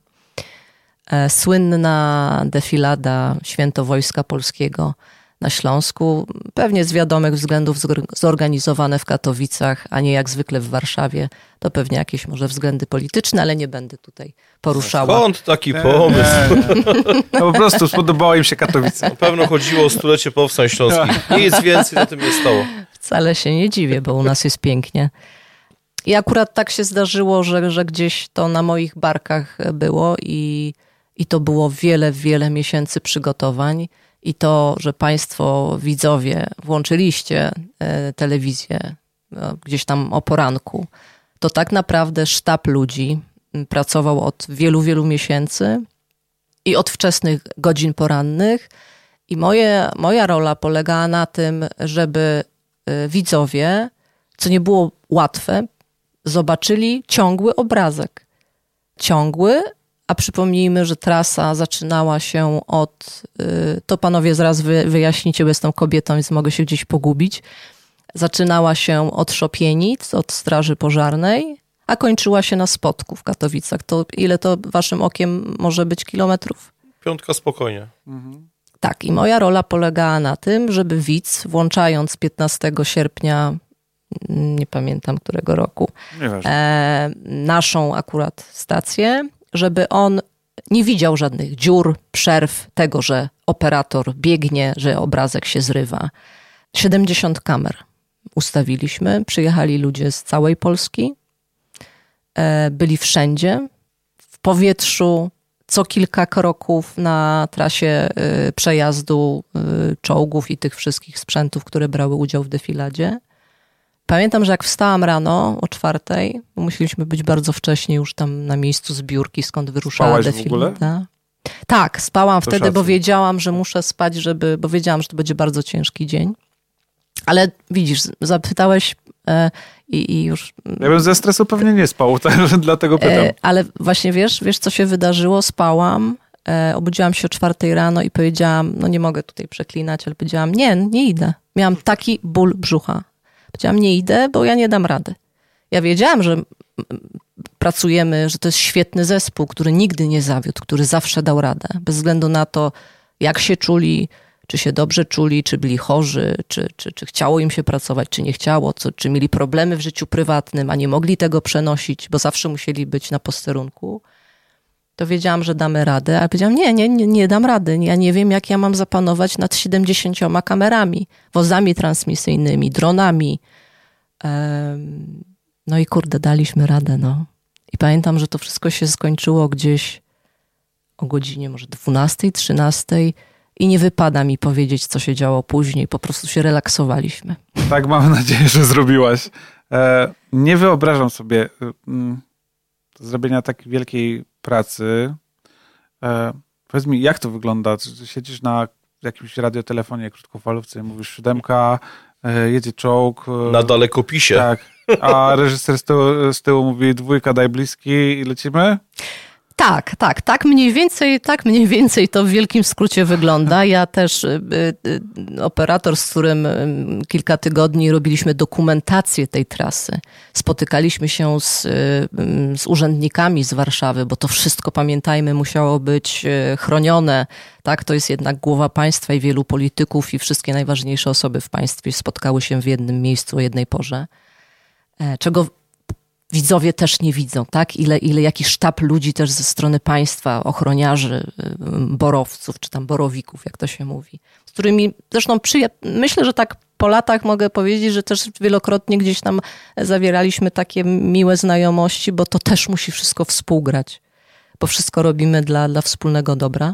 E, słynna defilada Święto Wojska Polskiego na Śląsku. Pewnie z wiadomych względów zorganizowane w Katowicach, a nie jak zwykle w Warszawie. To pewnie jakieś może względy polityczne, ale nie będę tutaj poruszała. Skąd taki pomysł? No po prostu spodobało im się Katowice. Na pewno chodziło o stulecie powstań śląskich. Nic więcej na tym nie stało. Wcale się nie dziwię, bo u nas jest pięknie. I akurat tak się zdarzyło, że, że gdzieś to na moich barkach było i, i to było wiele, wiele miesięcy przygotowań. I to, że państwo widzowie włączyliście e, telewizję no, gdzieś tam o poranku, to tak naprawdę sztab ludzi pracował od wielu, wielu miesięcy i od wczesnych godzin porannych. I moje, moja rola polegała na tym, żeby e, widzowie, co nie było łatwe, zobaczyli ciągły obrazek. Ciągły, a przypomnijmy, że trasa zaczynała się od, to panowie zaraz wy, wyjaśnicie, bo jestem kobietą, więc mogę się gdzieś pogubić. Zaczynała się od Szopienic, od Straży Pożarnej, a kończyła się na Spodku w Katowicach. To ile to waszym okiem może być kilometrów? Piątka spokojnie. Mhm. Tak, i moja rola polegała na tym, żeby widz, włączając piętnastego sierpnia, nie pamiętam którego roku, e, naszą akurat stację, żeby on nie widział żadnych dziur, przerw, tego, że operator biegnie, że obrazek się zrywa. siedemdziesiąt kamer ustawiliśmy, przyjechali ludzie z całej Polski, byli wszędzie, w powietrzu, co kilka kroków na trasie przejazdu czołgów i tych wszystkich sprzętów, które brały udział w defiladzie. Pamiętam, że jak wstałam rano o czwartej, bo musieliśmy być bardzo wcześnie już tam na miejscu zbiórki, skąd wyruszała defilada. Tak, spałam to wtedy, szacun. Bo wiedziałam, że muszę spać, żeby, bo wiedziałam, że to będzie bardzo ciężki dzień. Ale widzisz, zapytałeś e, i, i już... Ja bym ze stresu pewnie nie spał, tak, dlatego pytam. E, ale właśnie wiesz, wiesz, co się wydarzyło? Spałam, e, obudziłam się o czwartej rano i powiedziałam, no nie mogę tutaj przeklinać, ale powiedziałam, nie, nie idę. Miałam taki ból brzucha. Powiedziałam, nie idę, bo ja nie dam rady. Ja wiedziałam, że pracujemy, że to jest świetny zespół, który nigdy nie zawiódł, który zawsze dał radę. Bez względu na to, jak się czuli, czy się dobrze czuli, czy byli chorzy, czy, czy, czy chciało im się pracować, czy nie chciało, co, czy mieli problemy w życiu prywatnym, a nie mogli tego przenosić, bo zawsze musieli być na posterunku. To wiedziałam, że damy radę, ale powiedziałam, nie, nie, nie, nie dam rady. Ja nie wiem, jak ja mam zapanować nad siedemdziesięcioma kamerami, wozami transmisyjnymi, dronami. No i kurde, daliśmy radę, no. I pamiętam, że to wszystko się skończyło gdzieś o godzinie może dwunastej, trzynastej i nie wypada mi powiedzieć, co się działo później. Po prostu się relaksowaliśmy. Tak, mam nadzieję, że zrobiłaś. Nie wyobrażam sobie zrobienia tak wielkiej pracy. E, powiedz mi, jak to wygląda? Czy siedzisz na jakimś radiotelefonie, krótkofalówce i mówisz siódemka, e, jedzie czołg. E, na dalekopisie. Tak. A reżyser z tyłu, z tyłu mówi dwójka, daj bliski i lecimy? Tak, tak, tak mniej więcej, tak mniej więcej to w wielkim skrócie wygląda. Ja też, y, y, operator, z którym y, kilka tygodni robiliśmy dokumentację tej trasy. Spotykaliśmy się z, y, z urzędnikami z Warszawy, bo to wszystko, pamiętajmy, musiało być y, chronione. Tak, to jest jednak głowa państwa i wielu polityków i wszystkie najważniejsze osoby w państwie spotkały się w jednym miejscu o jednej porze. E, czego widzowie też nie widzą, tak? Ile, ile jaki sztab ludzi też ze strony państwa, ochroniarzy, borowców, czy tam borowików, jak to się mówi, z którymi zresztą przyja- myślę, że tak po latach mogę powiedzieć, że też wielokrotnie gdzieś tam zawieraliśmy takie miłe znajomości, bo to też musi wszystko współgrać, bo wszystko robimy dla, dla wspólnego dobra.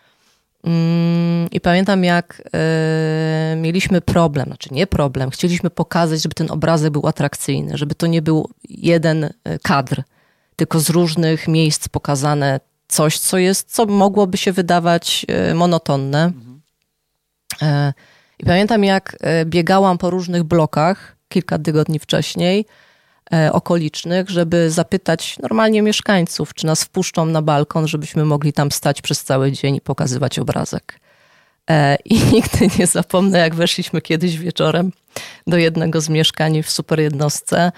I pamiętam, jak y, mieliśmy problem, znaczy nie problem, chcieliśmy pokazać, żeby ten obrazek był atrakcyjny, żeby to nie był jeden kadr, tylko z różnych miejsc pokazane coś, co jest, co mogłoby się wydawać y, monotonne. Mhm. Y, I pamiętam, jak biegałam po różnych blokach kilka tygodni wcześniej, okolicznych, żeby zapytać normalnie mieszkańców, czy nas wpuszczą na balkon, żebyśmy mogli tam stać przez cały dzień i pokazywać obrazek. I nigdy nie zapomnę, jak weszliśmy kiedyś wieczorem do jednego z mieszkań w super jednostce.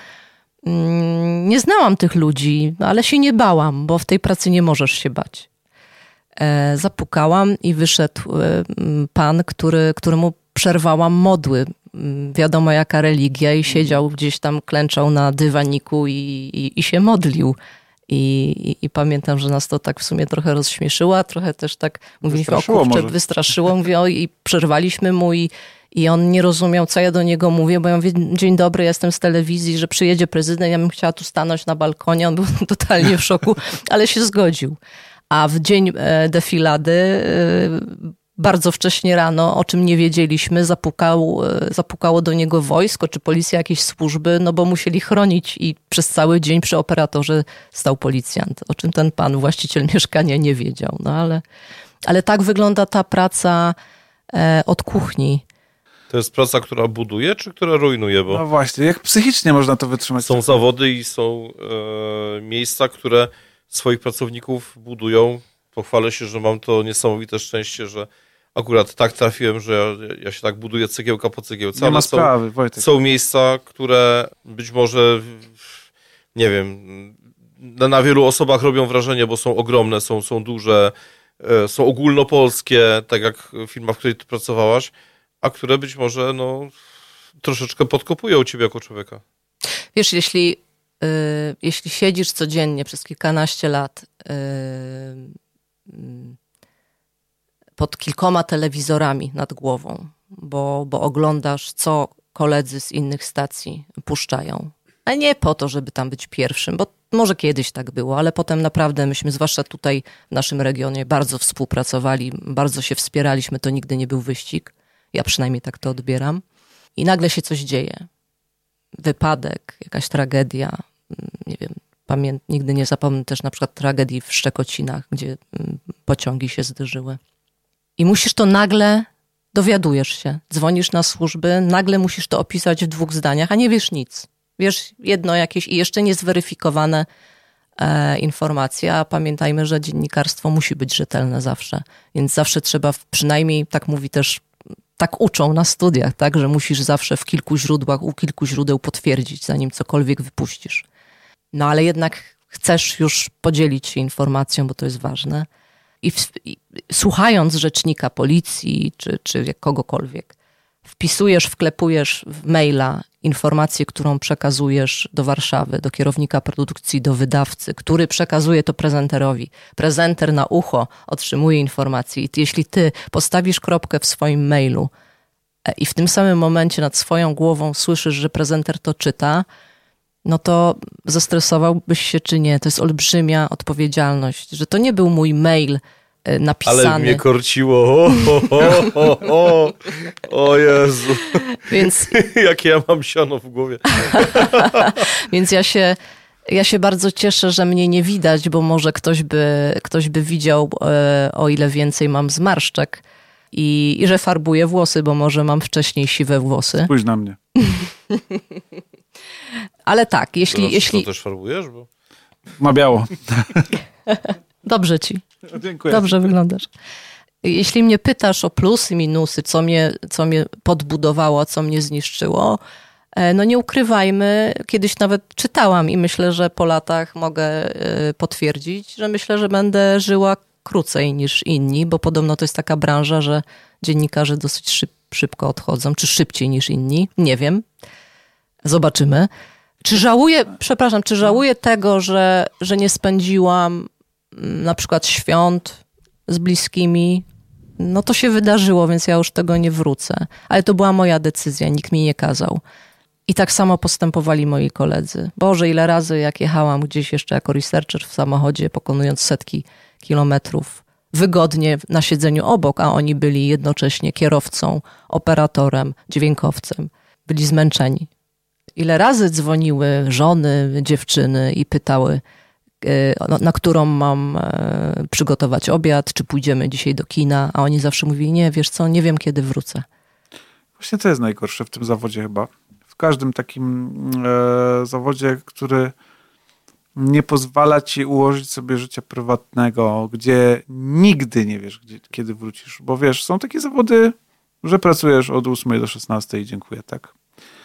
Nie znałam tych ludzi, ale się nie bałam, bo w tej pracy nie możesz się bać. Zapukałam i wyszedł pan, który, któremu przerwałam modły. Wiadomo jaka religia i siedział gdzieś tam, klęczał na dywaniku i, i, i się modlił. I, i, I pamiętam, że nas to tak w sumie trochę rozśmieszyło, a trochę też tak mówiliśmy, o kurczę, wystraszyło. Mówię, o, i przerwaliśmy mu i, i on nie rozumiał, co ja do niego mówię, bo ja mówię, dzień dobry, jestem z telewizji, że przyjedzie prezydent, ja bym chciała tu stanąć na balkonie. On był totalnie w szoku, ale się zgodził. A w dzień defilady bardzo wcześnie rano, o czym nie wiedzieliśmy, zapukał, zapukało do niego wojsko czy policja, jakieś służby, no bo musieli chronić i przez cały dzień przy operatorze stał policjant, o czym ten pan, właściciel mieszkania, nie wiedział. No ale, ale tak wygląda ta praca e, od kuchni. To jest praca, która buduje, czy która rujnuje? Bo no właśnie, jak psychicznie można to wytrzymać? Są zawody i są e, miejsca, które swoich pracowników budują. Pochwalę się, że mam to niesamowite szczęście, że akurat tak trafiłem, że ja, ja się tak buduję cegiełka po cegiełce. Nie ma sprawy, Wojtek. Są miejsca, które być może, nie wiem, na, na wielu osobach robią wrażenie, bo są ogromne, są, są duże, są ogólnopolskie, tak jak firma, w której ty pracowałaś, a które być może no, troszeczkę podkopują ciebie jako człowieka. Wiesz, jeśli, yy, jeśli siedzisz codziennie przez kilkanaście lat yy, pod kilkoma telewizorami nad głową, bo, bo oglądasz, co koledzy z innych stacji puszczają. A nie po to, żeby tam być pierwszym, bo może kiedyś tak było, ale potem naprawdę myśmy, zwłaszcza tutaj w naszym regionie, bardzo współpracowali, bardzo się wspieraliśmy, to nigdy nie był wyścig. Ja przynajmniej tak to odbieram. I nagle się coś dzieje. Wypadek, jakaś tragedia, nie wiem, Pamię- nigdy nie zapomnę też na przykład tragedii w Szczekocinach, gdzie pociągi się zderzyły. I musisz to nagle, dowiadujesz się, dzwonisz na służby, nagle musisz to opisać w dwóch zdaniach, a nie wiesz nic. Wiesz jedno jakieś i jeszcze niezweryfikowane e, informacje, a pamiętajmy, że dziennikarstwo musi być rzetelne zawsze. Więc zawsze trzeba, w, przynajmniej tak mówi też, tak uczą na studiach, tak, że musisz zawsze w kilku źródłach, u kilku źródeł potwierdzić, zanim cokolwiek wypuścisz. No ale jednak chcesz już podzielić się informacją, bo to jest ważne. I, w, i słuchając rzecznika policji czy, czy kogokolwiek, wpisujesz, wklepujesz w maila informację, którą przekazujesz do Warszawy, do kierownika produkcji, do wydawcy, który przekazuje to prezenterowi. Prezenter na ucho otrzymuje informację i jeśli ty postawisz kropkę w swoim mailu i w tym samym momencie nad swoją głową słyszysz, że prezenter to czyta, no to zestresowałbyś się czy nie. To jest olbrzymia odpowiedzialność, że to nie był mój mail napisany. Ale mnie korciło. O, o, o, o, o Jezu. Więc... Jakie ja mam siano w głowie. Więc ja się, ja się bardzo cieszę, że mnie nie widać, bo może ktoś by, ktoś by widział, o ile więcej mam zmarszczek i, i że farbuję włosy, bo może mam wcześniej siwe włosy. Spójrz na mnie. Ale tak, jeśli... Teraz jeśli... to też farbujesz? Bo... Ma biało. Dobrze ci. Dziękuję. Dobrze wyglądasz. Jeśli mnie pytasz o plusy, minusy, co mnie, co mnie podbudowało, co mnie zniszczyło, no nie ukrywajmy, kiedyś nawet czytałam i myślę, że po latach mogę potwierdzić, że myślę, że będę żyła krócej niż inni, bo podobno to jest taka branża, że dziennikarze dosyć szyb, szybko odchodzą, czy szybciej niż inni. Nie wiem. Zobaczymy. Czy żałuję, przepraszam, czy żałuję tego, że, że nie spędziłam na przykład świąt z bliskimi? No to się wydarzyło, więc ja już tego nie wrócę. Ale to była moja decyzja, nikt mi nie kazał. I tak samo postępowali moi koledzy. Boże, ile razy jak jechałam gdzieś jeszcze jako researcher w samochodzie, pokonując setki kilometrów, wygodnie na siedzeniu obok, a oni byli jednocześnie kierowcą, operatorem, dźwiękowcem. Byli zmęczeni. Ile razy dzwoniły żony, dziewczyny i pytały, na którą mam przygotować obiad, czy pójdziemy dzisiaj do kina, a oni zawsze mówili, nie, wiesz co, nie wiem kiedy wrócę. Właśnie to jest najgorsze w tym zawodzie chyba. W każdym takim e, zawodzie, który nie pozwala ci ułożyć sobie życia prywatnego, gdzie nigdy nie wiesz, gdzie, kiedy wrócisz. Bo wiesz, są takie zawody, że pracujesz od ósmej do szesnastej i dziękuję, tak.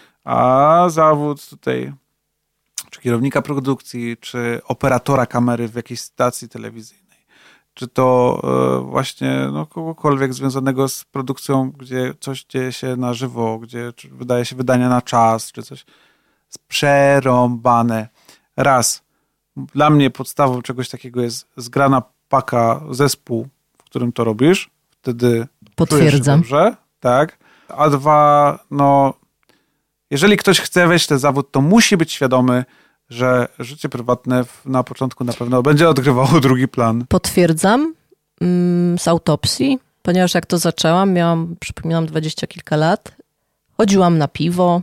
A zawód tutaj, czy kierownika produkcji, czy operatora kamery w jakiejś stacji telewizyjnej, czy to e, właśnie no, kogokolwiek związanego z produkcją, gdzie coś dzieje się na żywo, gdzie wydaje się wydania na czas, czy coś jest przerąbane. Raz, dla mnie podstawą czegoś takiego jest zgrana paka, zespół, w którym to robisz. Wtedy potwierdzam. Dobrze, tak. A dwa, no jeżeli ktoś chce wejść w ten zawód, to musi być świadomy, że życie prywatne na początku na pewno będzie odgrywało drugi plan. Potwierdzam mm, z autopsji, ponieważ jak to zaczęłam, miałam, przypominam, dwadzieścia kilka lat. Chodziłam na piwo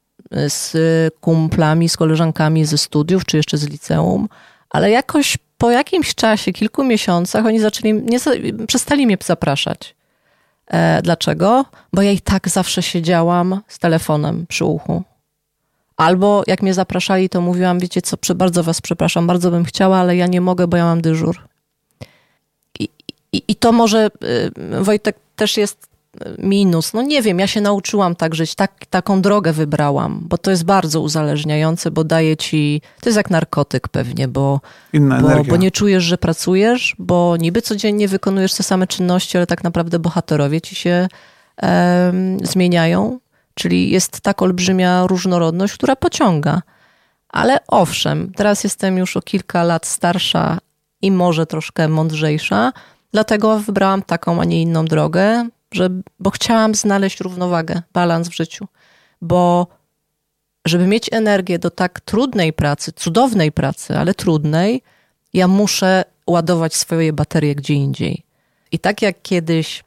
z kumplami, z koleżankami ze studiów, czy jeszcze z liceum, ale jakoś po jakimś czasie, kilku miesiącach oni zaczęli, nie, przestali mnie zapraszać. E, dlaczego? Bo ja i tak zawsze siedziałam z telefonem przy uchu. Albo jak mnie zapraszali, to mówiłam, wiecie co, bardzo was przepraszam, bardzo bym chciała, ale ja nie mogę, bo ja mam dyżur. I, i, i to może, Wojtek, też jest minus. No nie wiem, ja się nauczyłam tak żyć, tak, taką drogę wybrałam, bo to jest bardzo uzależniające, bo daje ci, to jest jak narkotyk pewnie, bo, Inna bo, energia. bo nie czujesz, że pracujesz, bo niby codziennie wykonujesz te same czynności, ale tak naprawdę bohaterowie ci się e, zmieniają. Czyli jest tak olbrzymia różnorodność, która pociąga. Ale owszem, teraz jestem już o kilka lat starsza i może troszkę mądrzejsza, dlatego wybrałam taką, a nie inną drogę, że, bo chciałam znaleźć równowagę, balans w życiu. Bo żeby mieć energię do tak trudnej pracy, cudownej pracy, ale trudnej, ja muszę ładować swoje baterie gdzie indziej. I tak jak kiedyś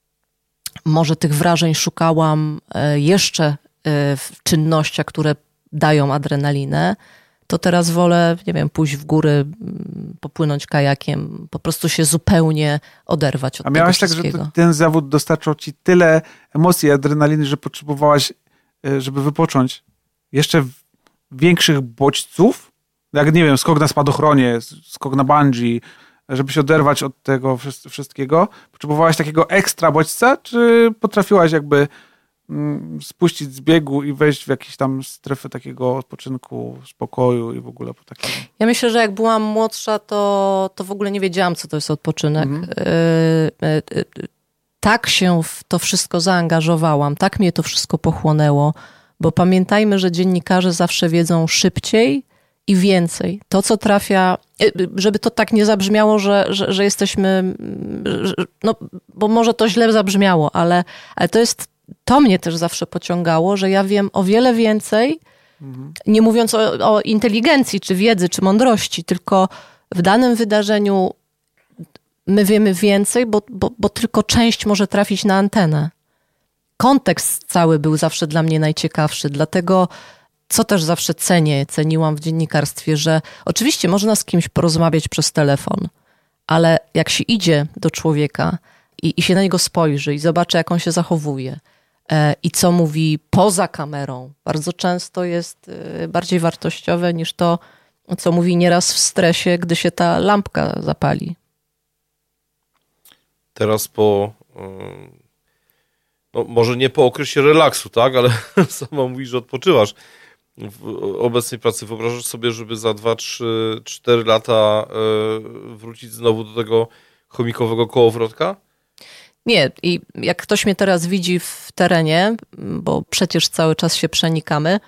może tych wrażeń szukałam jeszcze w czynnościach, które dają adrenalinę, to teraz wolę, nie wiem, pójść w góry, popłynąć kajakiem, po prostu się zupełnie oderwać od A tego miałaś tak, wszystkiego. że ten zawód dostarczał ci tyle emocji, adrenaliny, że potrzebowałaś, żeby wypocząć, jeszcze większych bodźców? Jak, nie wiem, skok na spadochronie, skok na bungee, żeby się oderwać od tego wszystkiego? Potrzebowałaś takiego ekstra bodźca, czy potrafiłaś jakby mm, spuścić z biegu i wejść w jakieś tam strefy takiego odpoczynku, spokoju i w ogóle po takim? Ja myślę, że jak byłam młodsza, to, to w ogóle nie wiedziałam, co to jest odpoczynek. Mhm. Y, y, y, tak się w to wszystko zaangażowałam, tak mnie to wszystko pochłonęło, bo pamiętajmy, że dziennikarze zawsze wiedzą szybciej i więcej. To, co trafia, żeby to tak nie zabrzmiało, że, że, że jesteśmy, że, no bo może to źle zabrzmiało, ale, ale to jest, to mnie też zawsze pociągało, że ja wiem o wiele więcej, mhm. nie mówiąc o, o inteligencji, czy wiedzy, czy mądrości, tylko w danym wydarzeniu my wiemy więcej, bo, bo, bo tylko część może trafić na antenę. Kontekst cały był zawsze dla mnie najciekawszy, dlatego co też zawsze cenię, ceniłam w dziennikarstwie, że oczywiście można z kimś porozmawiać przez telefon, ale jak się idzie do człowieka i, i się na niego spojrzy i zobaczy, jak on się zachowuje e, i co mówi poza kamerą, bardzo często jest e, bardziej wartościowe niż to, co mówi nieraz w stresie, gdy się ta lampka zapali. Teraz po, no może nie po okresie relaksu, tak, ale sama mówisz, że odpoczywasz w obecnej pracy. Wyobrażasz sobie, żeby za dwa, trzy, cztery lata wrócić znowu do tego chomikowego kołowrotka? Nie, i jak ktoś mnie teraz widzi w terenie, bo przecież cały czas się przenikamy,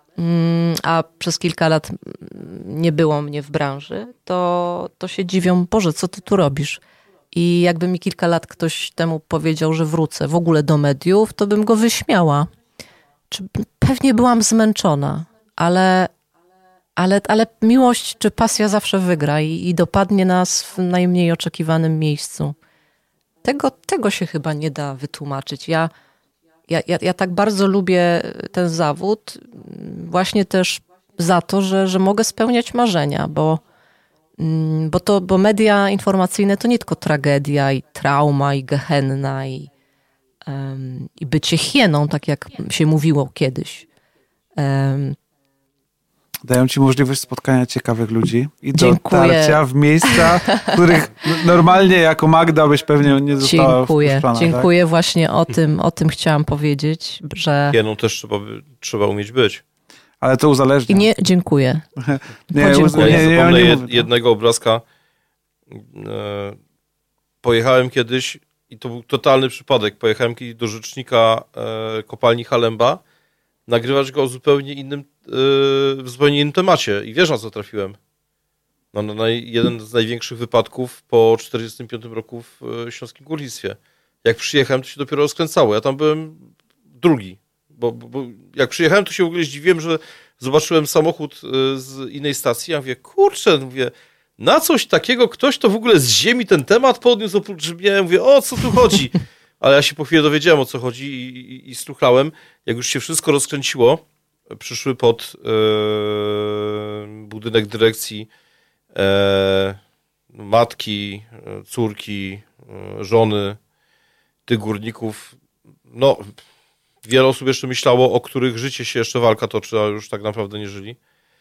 a przez kilka lat nie było mnie w branży, to, to się dziwią, Boże, co ty tu robisz? I jakby mi kilka lat ktoś temu powiedział, że wrócę w ogóle do mediów, to bym go wyśmiała. Czy pewnie byłam zmęczona, ale, ale, ale miłość czy pasja zawsze wygra i, i dopadnie nas w najmniej oczekiwanym miejscu. Tego, tego się chyba nie da wytłumaczyć. Ja, ja, ja, ja tak bardzo lubię ten zawód właśnie też za to, że, że mogę spełniać marzenia, bo, bo, to, bo media informacyjne to nie tylko tragedia i trauma i gehenna i, um, i bycie hieną, tak jak się mówiło kiedyś. Um, Dają ci możliwość spotkania ciekawych ludzi i Dziękuję. dotarcia w miejsca, w których normalnie jako Magda byś pewnie nie została Dziękuję. wpuszczona. Dziękuję. Tak? Właśnie o tym, o tym chciałam powiedzieć, że... Hieną też trzeba, trzeba umieć być. Ale to uzależnia. I nie, dziękuję. nie, Ja nie, nie, nie, zapomnę nie jed, mówię, jednego obrazka. E, pojechałem kiedyś i to był totalny przypadek. Pojechałem kiedyś do rzecznika e, kopalni Halemba nagrywać go o zupełnie innym, e, w zupełnie innym temacie. I wiesz, na co trafiłem? No, no, na jeden z największych wypadków po czterdziestym piątym roku w e, Śląskim Górnictwie. Jak przyjechałem, to się dopiero rozkręcało. Ja tam byłem drugi. Bo, bo, bo jak przyjechałem, to się w ogóle zdziwiłem, że zobaczyłem samochód z innej stacji. Ja mówię, kurczę, mówię, na coś takiego ktoś to w ogóle z ziemi ten temat podniósł oprócz mnie. Mówię, o co tu chodzi? Ale ja się po chwili dowiedziałem, o co chodzi i, i, i struchlałem. Jak już się wszystko rozkręciło, przyszły pod e, budynek dyrekcji e, matki, córki, e, żony tych górników. No... Wiele osób jeszcze myślało, o których życie się jeszcze walka toczy, a już tak naprawdę nie żyli.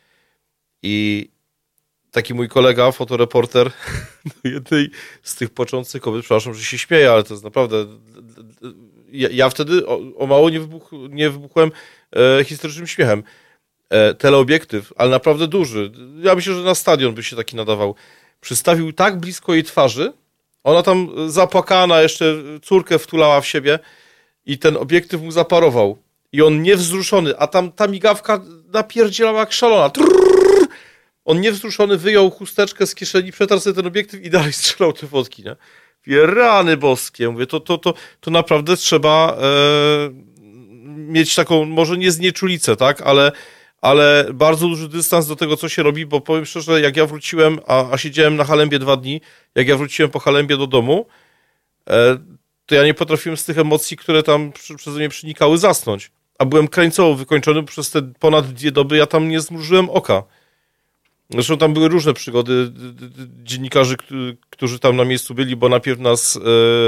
I taki mój kolega, fotoreporter, jednej z tych płaczących kobiet, przepraszam, że się śmieję, ale to jest naprawdę... Ja, ja wtedy o, o mało nie, wybuch, nie wybuchłem e, historycznym śmiechem. E, teleobiektyw, ale naprawdę duży. Ja myślę, że na stadion by się taki nadawał. Przystawił tak blisko jej twarzy, ona tam zapłakana, jeszcze córkę wtulała w siebie, i ten obiektyw mu zaparował. I on niewzruszony, a tam ta migawka napierdzielała jak szalona. Trrr! On niewzruszony wyjął chusteczkę z kieszeni, przetarł sobie ten obiektyw i dalej strzelał te fotki, nie? Mówię, rany boskie. Mówię, to, to, to, to naprawdę trzeba e, mieć taką, może nie znieczulicę, tak? Ale, ale bardzo duży dystans do tego, co się robi, bo powiem szczerze, jak ja wróciłem, a, a siedziałem na Halembie dwa dni, jak ja wróciłem po Halembie do domu, e, to ja nie potrafiłem z tych emocji, które tam przy, przez mnie przenikały, zasnąć. A byłem krańcowo wykończony, bo przez te ponad dwie doby ja tam nie zmrużyłem oka. Zresztą tam były różne przygody dziennikarzy, którzy tam na miejscu byli, bo najpierw nas e,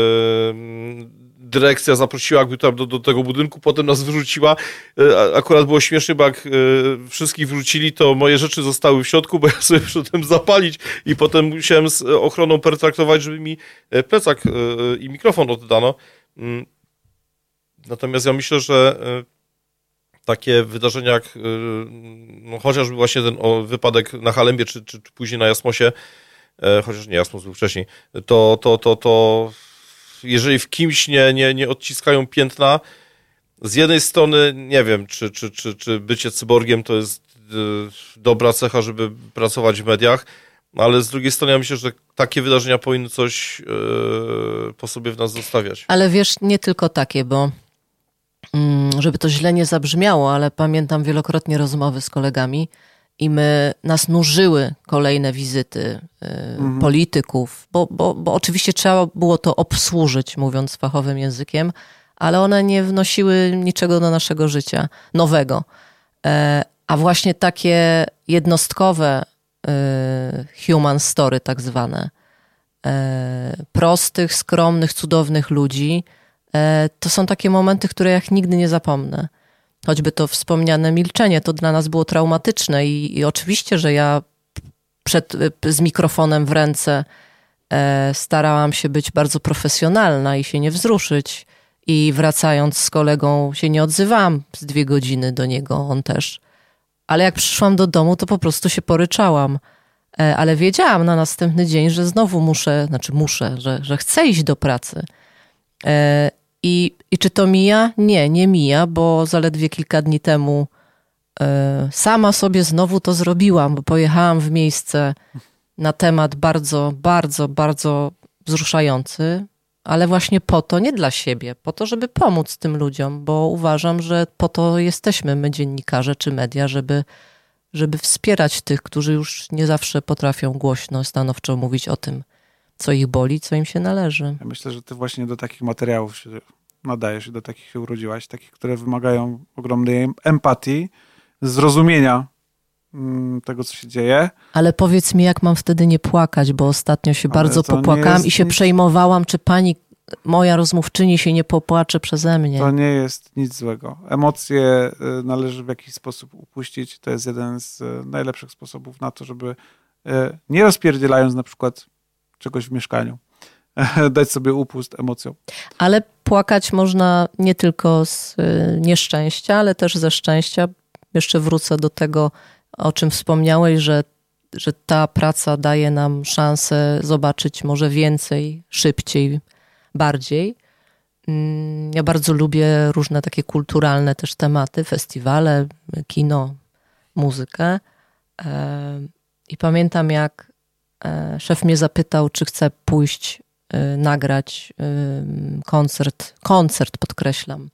dyrekcja zaprosiła jakby tam do, do tego budynku, potem nas wyrzuciła. E, akurat było śmiesznie, bo jak e, wszystkich wyrzucili, to moje rzeczy zostały w środku, bo ja sobie przyszedłem zapalić i potem musiałem z ochroną pertraktować, żeby mi plecak e, i mikrofon oddano. Natomiast ja myślę, że e, takie wydarzenia jak no, chociażby właśnie ten o, wypadek na Halembie, czy, czy, czy później na Jasmosie, e, chociaż nie, Jasmos był wcześniej, to, to, to, to jeżeli w kimś nie, nie, nie odciskają piętna, z jednej strony nie wiem, czy, czy, czy, czy bycie cyborgiem to jest e, dobra cecha, żeby pracować w mediach, ale z drugiej strony ja myślę, że takie wydarzenia powinny coś e, po sobie w nas zostawiać. Ale wiesz, nie tylko takie, bo żeby to źle nie zabrzmiało, ale pamiętam wielokrotnie rozmowy z kolegami i my, nas nużyły kolejne wizyty y, mhm. polityków, bo, bo, bo oczywiście trzeba było to obsłużyć, mówiąc fachowym językiem, ale one nie wnosiły niczego do naszego życia nowego. E, a właśnie takie jednostkowe y, human story tak zwane, e, prostych, skromnych, cudownych ludzi, to są takie momenty, które ja nigdy nie zapomnę. Choćby to wspomniane milczenie, to dla nas było traumatyczne i, i oczywiście, że ja przed, z mikrofonem w ręce starałam się być bardzo profesjonalna i się nie wzruszyć. I wracając z kolegą się nie odzywałam z dwie godziny do niego, on też. Ale jak przyszłam do domu, to po prostu się poryczałam. Ale wiedziałam na następny dzień, że znowu muszę, znaczy muszę, że, że chcę iść do pracy. I, I czy to mija? Nie, nie mija, bo zaledwie kilka dni temu sama sobie znowu to zrobiłam, bo pojechałam w miejsce na temat bardzo, bardzo, bardzo wzruszający, ale właśnie po to, nie dla siebie, po to, żeby pomóc tym ludziom, bo uważam, że po to jesteśmy my, dziennikarze czy media, żeby, żeby wspierać tych, którzy już nie zawsze potrafią głośno, stanowczo mówić o tym, co ich boli, co im się należy. Ja myślę, że ty właśnie do takich materiałów się nadajesz i do takich się urodziłaś, takich, które wymagają ogromnej empatii, zrozumienia tego, co się dzieje. Ale powiedz mi, jak mam wtedy nie płakać, bo ostatnio się Ale bardzo popłakałam i się nic... przejmowałam, czy pani, moja rozmówczyni się nie popłacze przeze mnie. To nie jest nic złego. Emocje należy w jakiś sposób upuścić. To jest jeden z najlepszych sposobów na to, żeby nie rozpierdzielając na przykład czegoś w mieszkaniu, dać sobie upust emocjom. Ale płakać można nie tylko z nieszczęścia, ale też ze szczęścia. Jeszcze wrócę do tego, o czym wspomniałeś, że, że ta praca daje nam szansę zobaczyć może więcej, szybciej, bardziej. Ja bardzo lubię różne takie kulturalne też tematy, festiwale, kino, muzykę. I pamiętam, jak szef mnie zapytał, czy chcę pójść nagrać koncert, koncert podkreślam,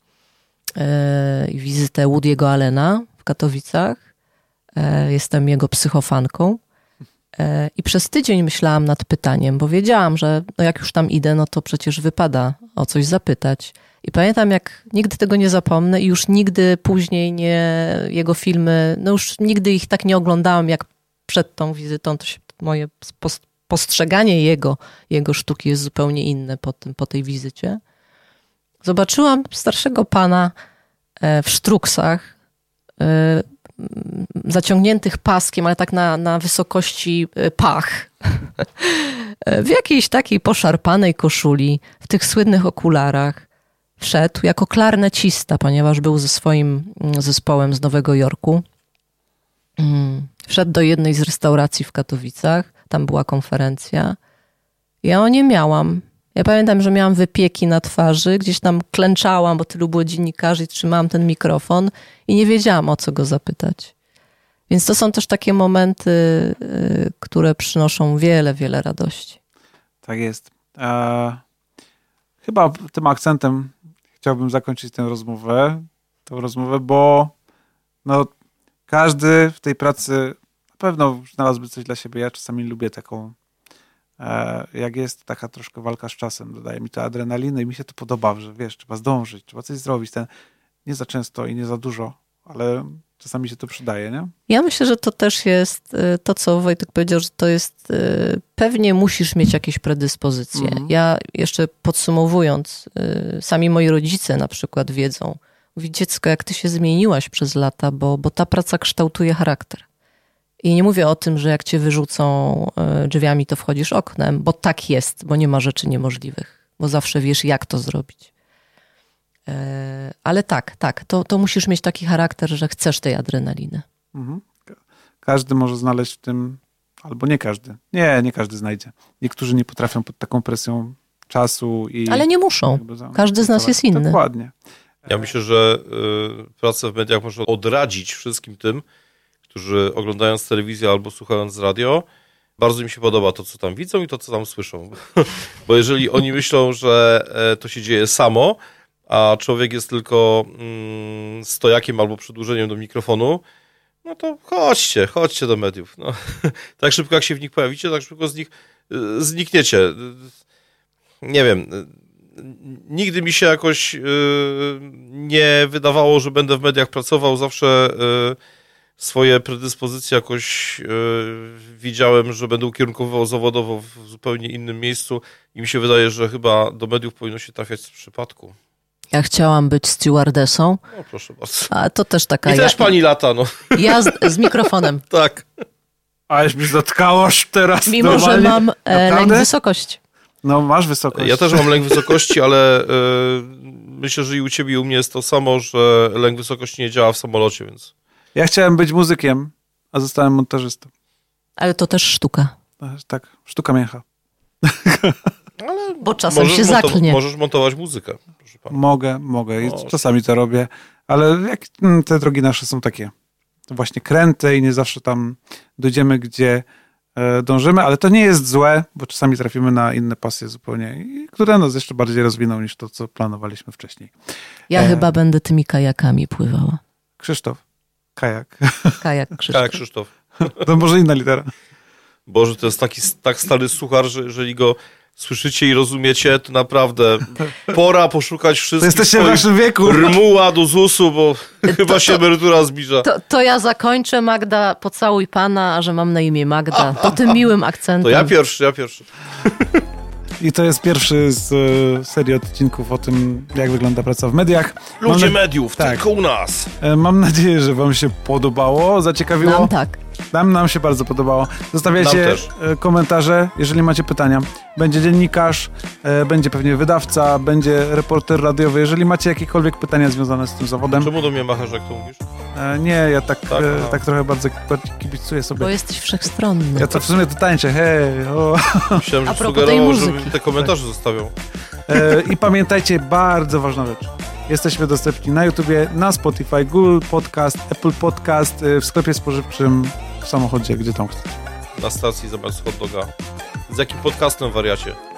i wizytę Woody'ego Allena w Katowicach. Jestem jego psychofanką i przez tydzień myślałam nad pytaniem, bo wiedziałam, że no jak już tam idę, no to przecież wypada o coś zapytać. I pamiętam, jak nigdy tego nie zapomnę i już nigdy później nie, jego filmy, no już nigdy ich tak nie oglądałam, jak przed tą wizytą. To się, moje postrzeganie jego, jego sztuki jest zupełnie inne po, tym, po tej wizycie. Zobaczyłam starszego pana w sztruksach, zaciągniętych paskiem, ale tak na, na wysokości pach. W jakiejś takiej poszarpanej koszuli, w tych słynnych okularach. Wszedł jako klarnecista, ponieważ był ze swoim zespołem z Nowego Jorku. Wszedł do jednej z restauracji w Katowicach. Tam była konferencja. Ja o nie miałam. Ja pamiętam, że miałam wypieki na twarzy, gdzieś tam klęczałam, bo tylu było dziennikarzy i trzymałam ten mikrofon i nie wiedziałam, o co go zapytać. Więc to są też takie momenty, które przynoszą wiele, wiele radości. Tak jest. E, chyba tym akcentem chciałbym zakończyć tę rozmowę, tę rozmowę, bo no, każdy w tej pracy na pewno znalazłby coś dla siebie. Ja czasami lubię taką, e, jak jest taka troszkę walka z czasem, dodaje mi to adrenaliny i mi się to podoba, że wiesz, trzeba zdążyć, trzeba coś zrobić. Ten, nie za często i nie za dużo, ale czasami się to przydaje, nie? Ja myślę, że to też jest to, co Wojtek powiedział, że to jest, pewnie musisz mieć jakieś predyspozycje. Mhm. Ja jeszcze podsumowując, sami moi rodzice na przykład wiedzą, mówi, dziecko, jak ty się zmieniłaś przez lata, bo, bo ta praca kształtuje charakter. I nie mówię o tym, że jak cię wyrzucą drzwiami, to wchodzisz oknem, bo tak jest, bo nie ma rzeczy niemożliwych, bo zawsze wiesz, jak to zrobić. Ale tak, tak, to, to musisz mieć taki charakter, że chcesz tej adrenaliny. Mhm. Każdy może znaleźć w tym, albo nie każdy. Nie, nie każdy znajdzie. Niektórzy nie potrafią pod taką presją czasu i... Ale nie muszą. Każdy z nas jest inny. Dokładnie. Ja myślę, że y, pracę w mediach można odradzić wszystkim tym, którzy oglądając telewizję albo słuchając radio, bardzo im się podoba to, co tam widzą i to, co tam słyszą. Bo jeżeli oni myślą, że to się dzieje samo, a człowiek jest tylko mm, stojakiem albo przedłużeniem do mikrofonu, no to chodźcie, chodźcie do mediów. No. Tak szybko jak się w nich pojawicie, tak szybko z nich y, znikniecie. Nie wiem, nigdy mi się jakoś y, nie wydawało, że będę w mediach pracował. Zawsze y, swoje predyspozycje jakoś y, widziałem, że będę ukierunkowywał zawodowo w zupełnie innym miejscu i mi się wydaje, że chyba do mediów powinno się trafiać z przypadku. Ja chciałam być stewardessą. No proszę bardzo. A to też taka... I ja, też pani lata, no. Ja z, z mikrofonem. Tak. Ależ mi zatkałoż teraz. Mimo, normalnie. że mam e, lęk wysokości. No, masz wysokość. Ja też mam lęk wysokości, ale y, myślę, że i u ciebie i u mnie jest to samo, że lęk wysokości nie działa w samolocie, więc... Ja chciałem być muzykiem, a zostałem montażystą. Ale to też sztuka. Tak, sztuka mięcha. Ale Bo czasem się montowa- zaklnie. Możesz montować muzykę, proszę pana. Mogę, mogę i Możesz. czasami to robię, ale jak, te drogi nasze są takie właśnie kręte i nie zawsze tam dojdziemy, gdzie e, dążymy, ale to nie jest złe, bo czasami trafimy na inne pasje zupełnie, i które nas jeszcze bardziej rozwiną niż to, co planowaliśmy wcześniej. Ja E. chyba będę tymi kajakami pływała. Krzysztof, kajak. Kajak Krzysztof. Tak, Krzysztof. To może inna litera. Boże, to jest taki tak stary suchar, że jeżeli go słyszycie i rozumiecie, to naprawdę pora poszukać To wszystkich jesteście w swoich waszym wieku. rmuła do zusu, bo chyba to- się emerytura zbliża. To, to ja zakończę, Magda, pocałuj pana, a że mam na imię Magda. To tym miłym akcentem. To ja pierwszy, ja pierwszy. I to jest pierwszy z e, serii odcinków o tym, jak wygląda praca w mediach. Mam Ludzie na- mediów, tak. tylko u nas. e, Mam nadzieję, że wam się podobało, zaciekawiło. Nam tak. Nam, nam się bardzo podobało. Nam Zostawiajcie też. e, komentarze, jeżeli macie pytania. Będzie dziennikarz, e, będzie pewnie wydawca, będzie reporter radiowy. Jeżeli macie jakiekolwiek pytania związane z tym zawodem. Czemu do mnie machasz, jak to mówisz? E, nie, ja tak, Tak, e, aha. tak trochę bardzo kibicuję Bo sobie. jesteś wszechstronny. Ja to w sumie to tańczę, hej. O. Myślałem, A że propos tej sugerował, muzyki. żebym te komentarze zostawiał. E, I pamiętajcie, bardzo ważna rzecz. Jesteśmy dostępni na YouTubie, na Spotify, Google Podcast, Apple Podcast, e, w sklepie spożywczym, w samochodzie, gdzie tam chcecie. Na stacji zamiast hot doga. Z jakim podcastem, wariacie?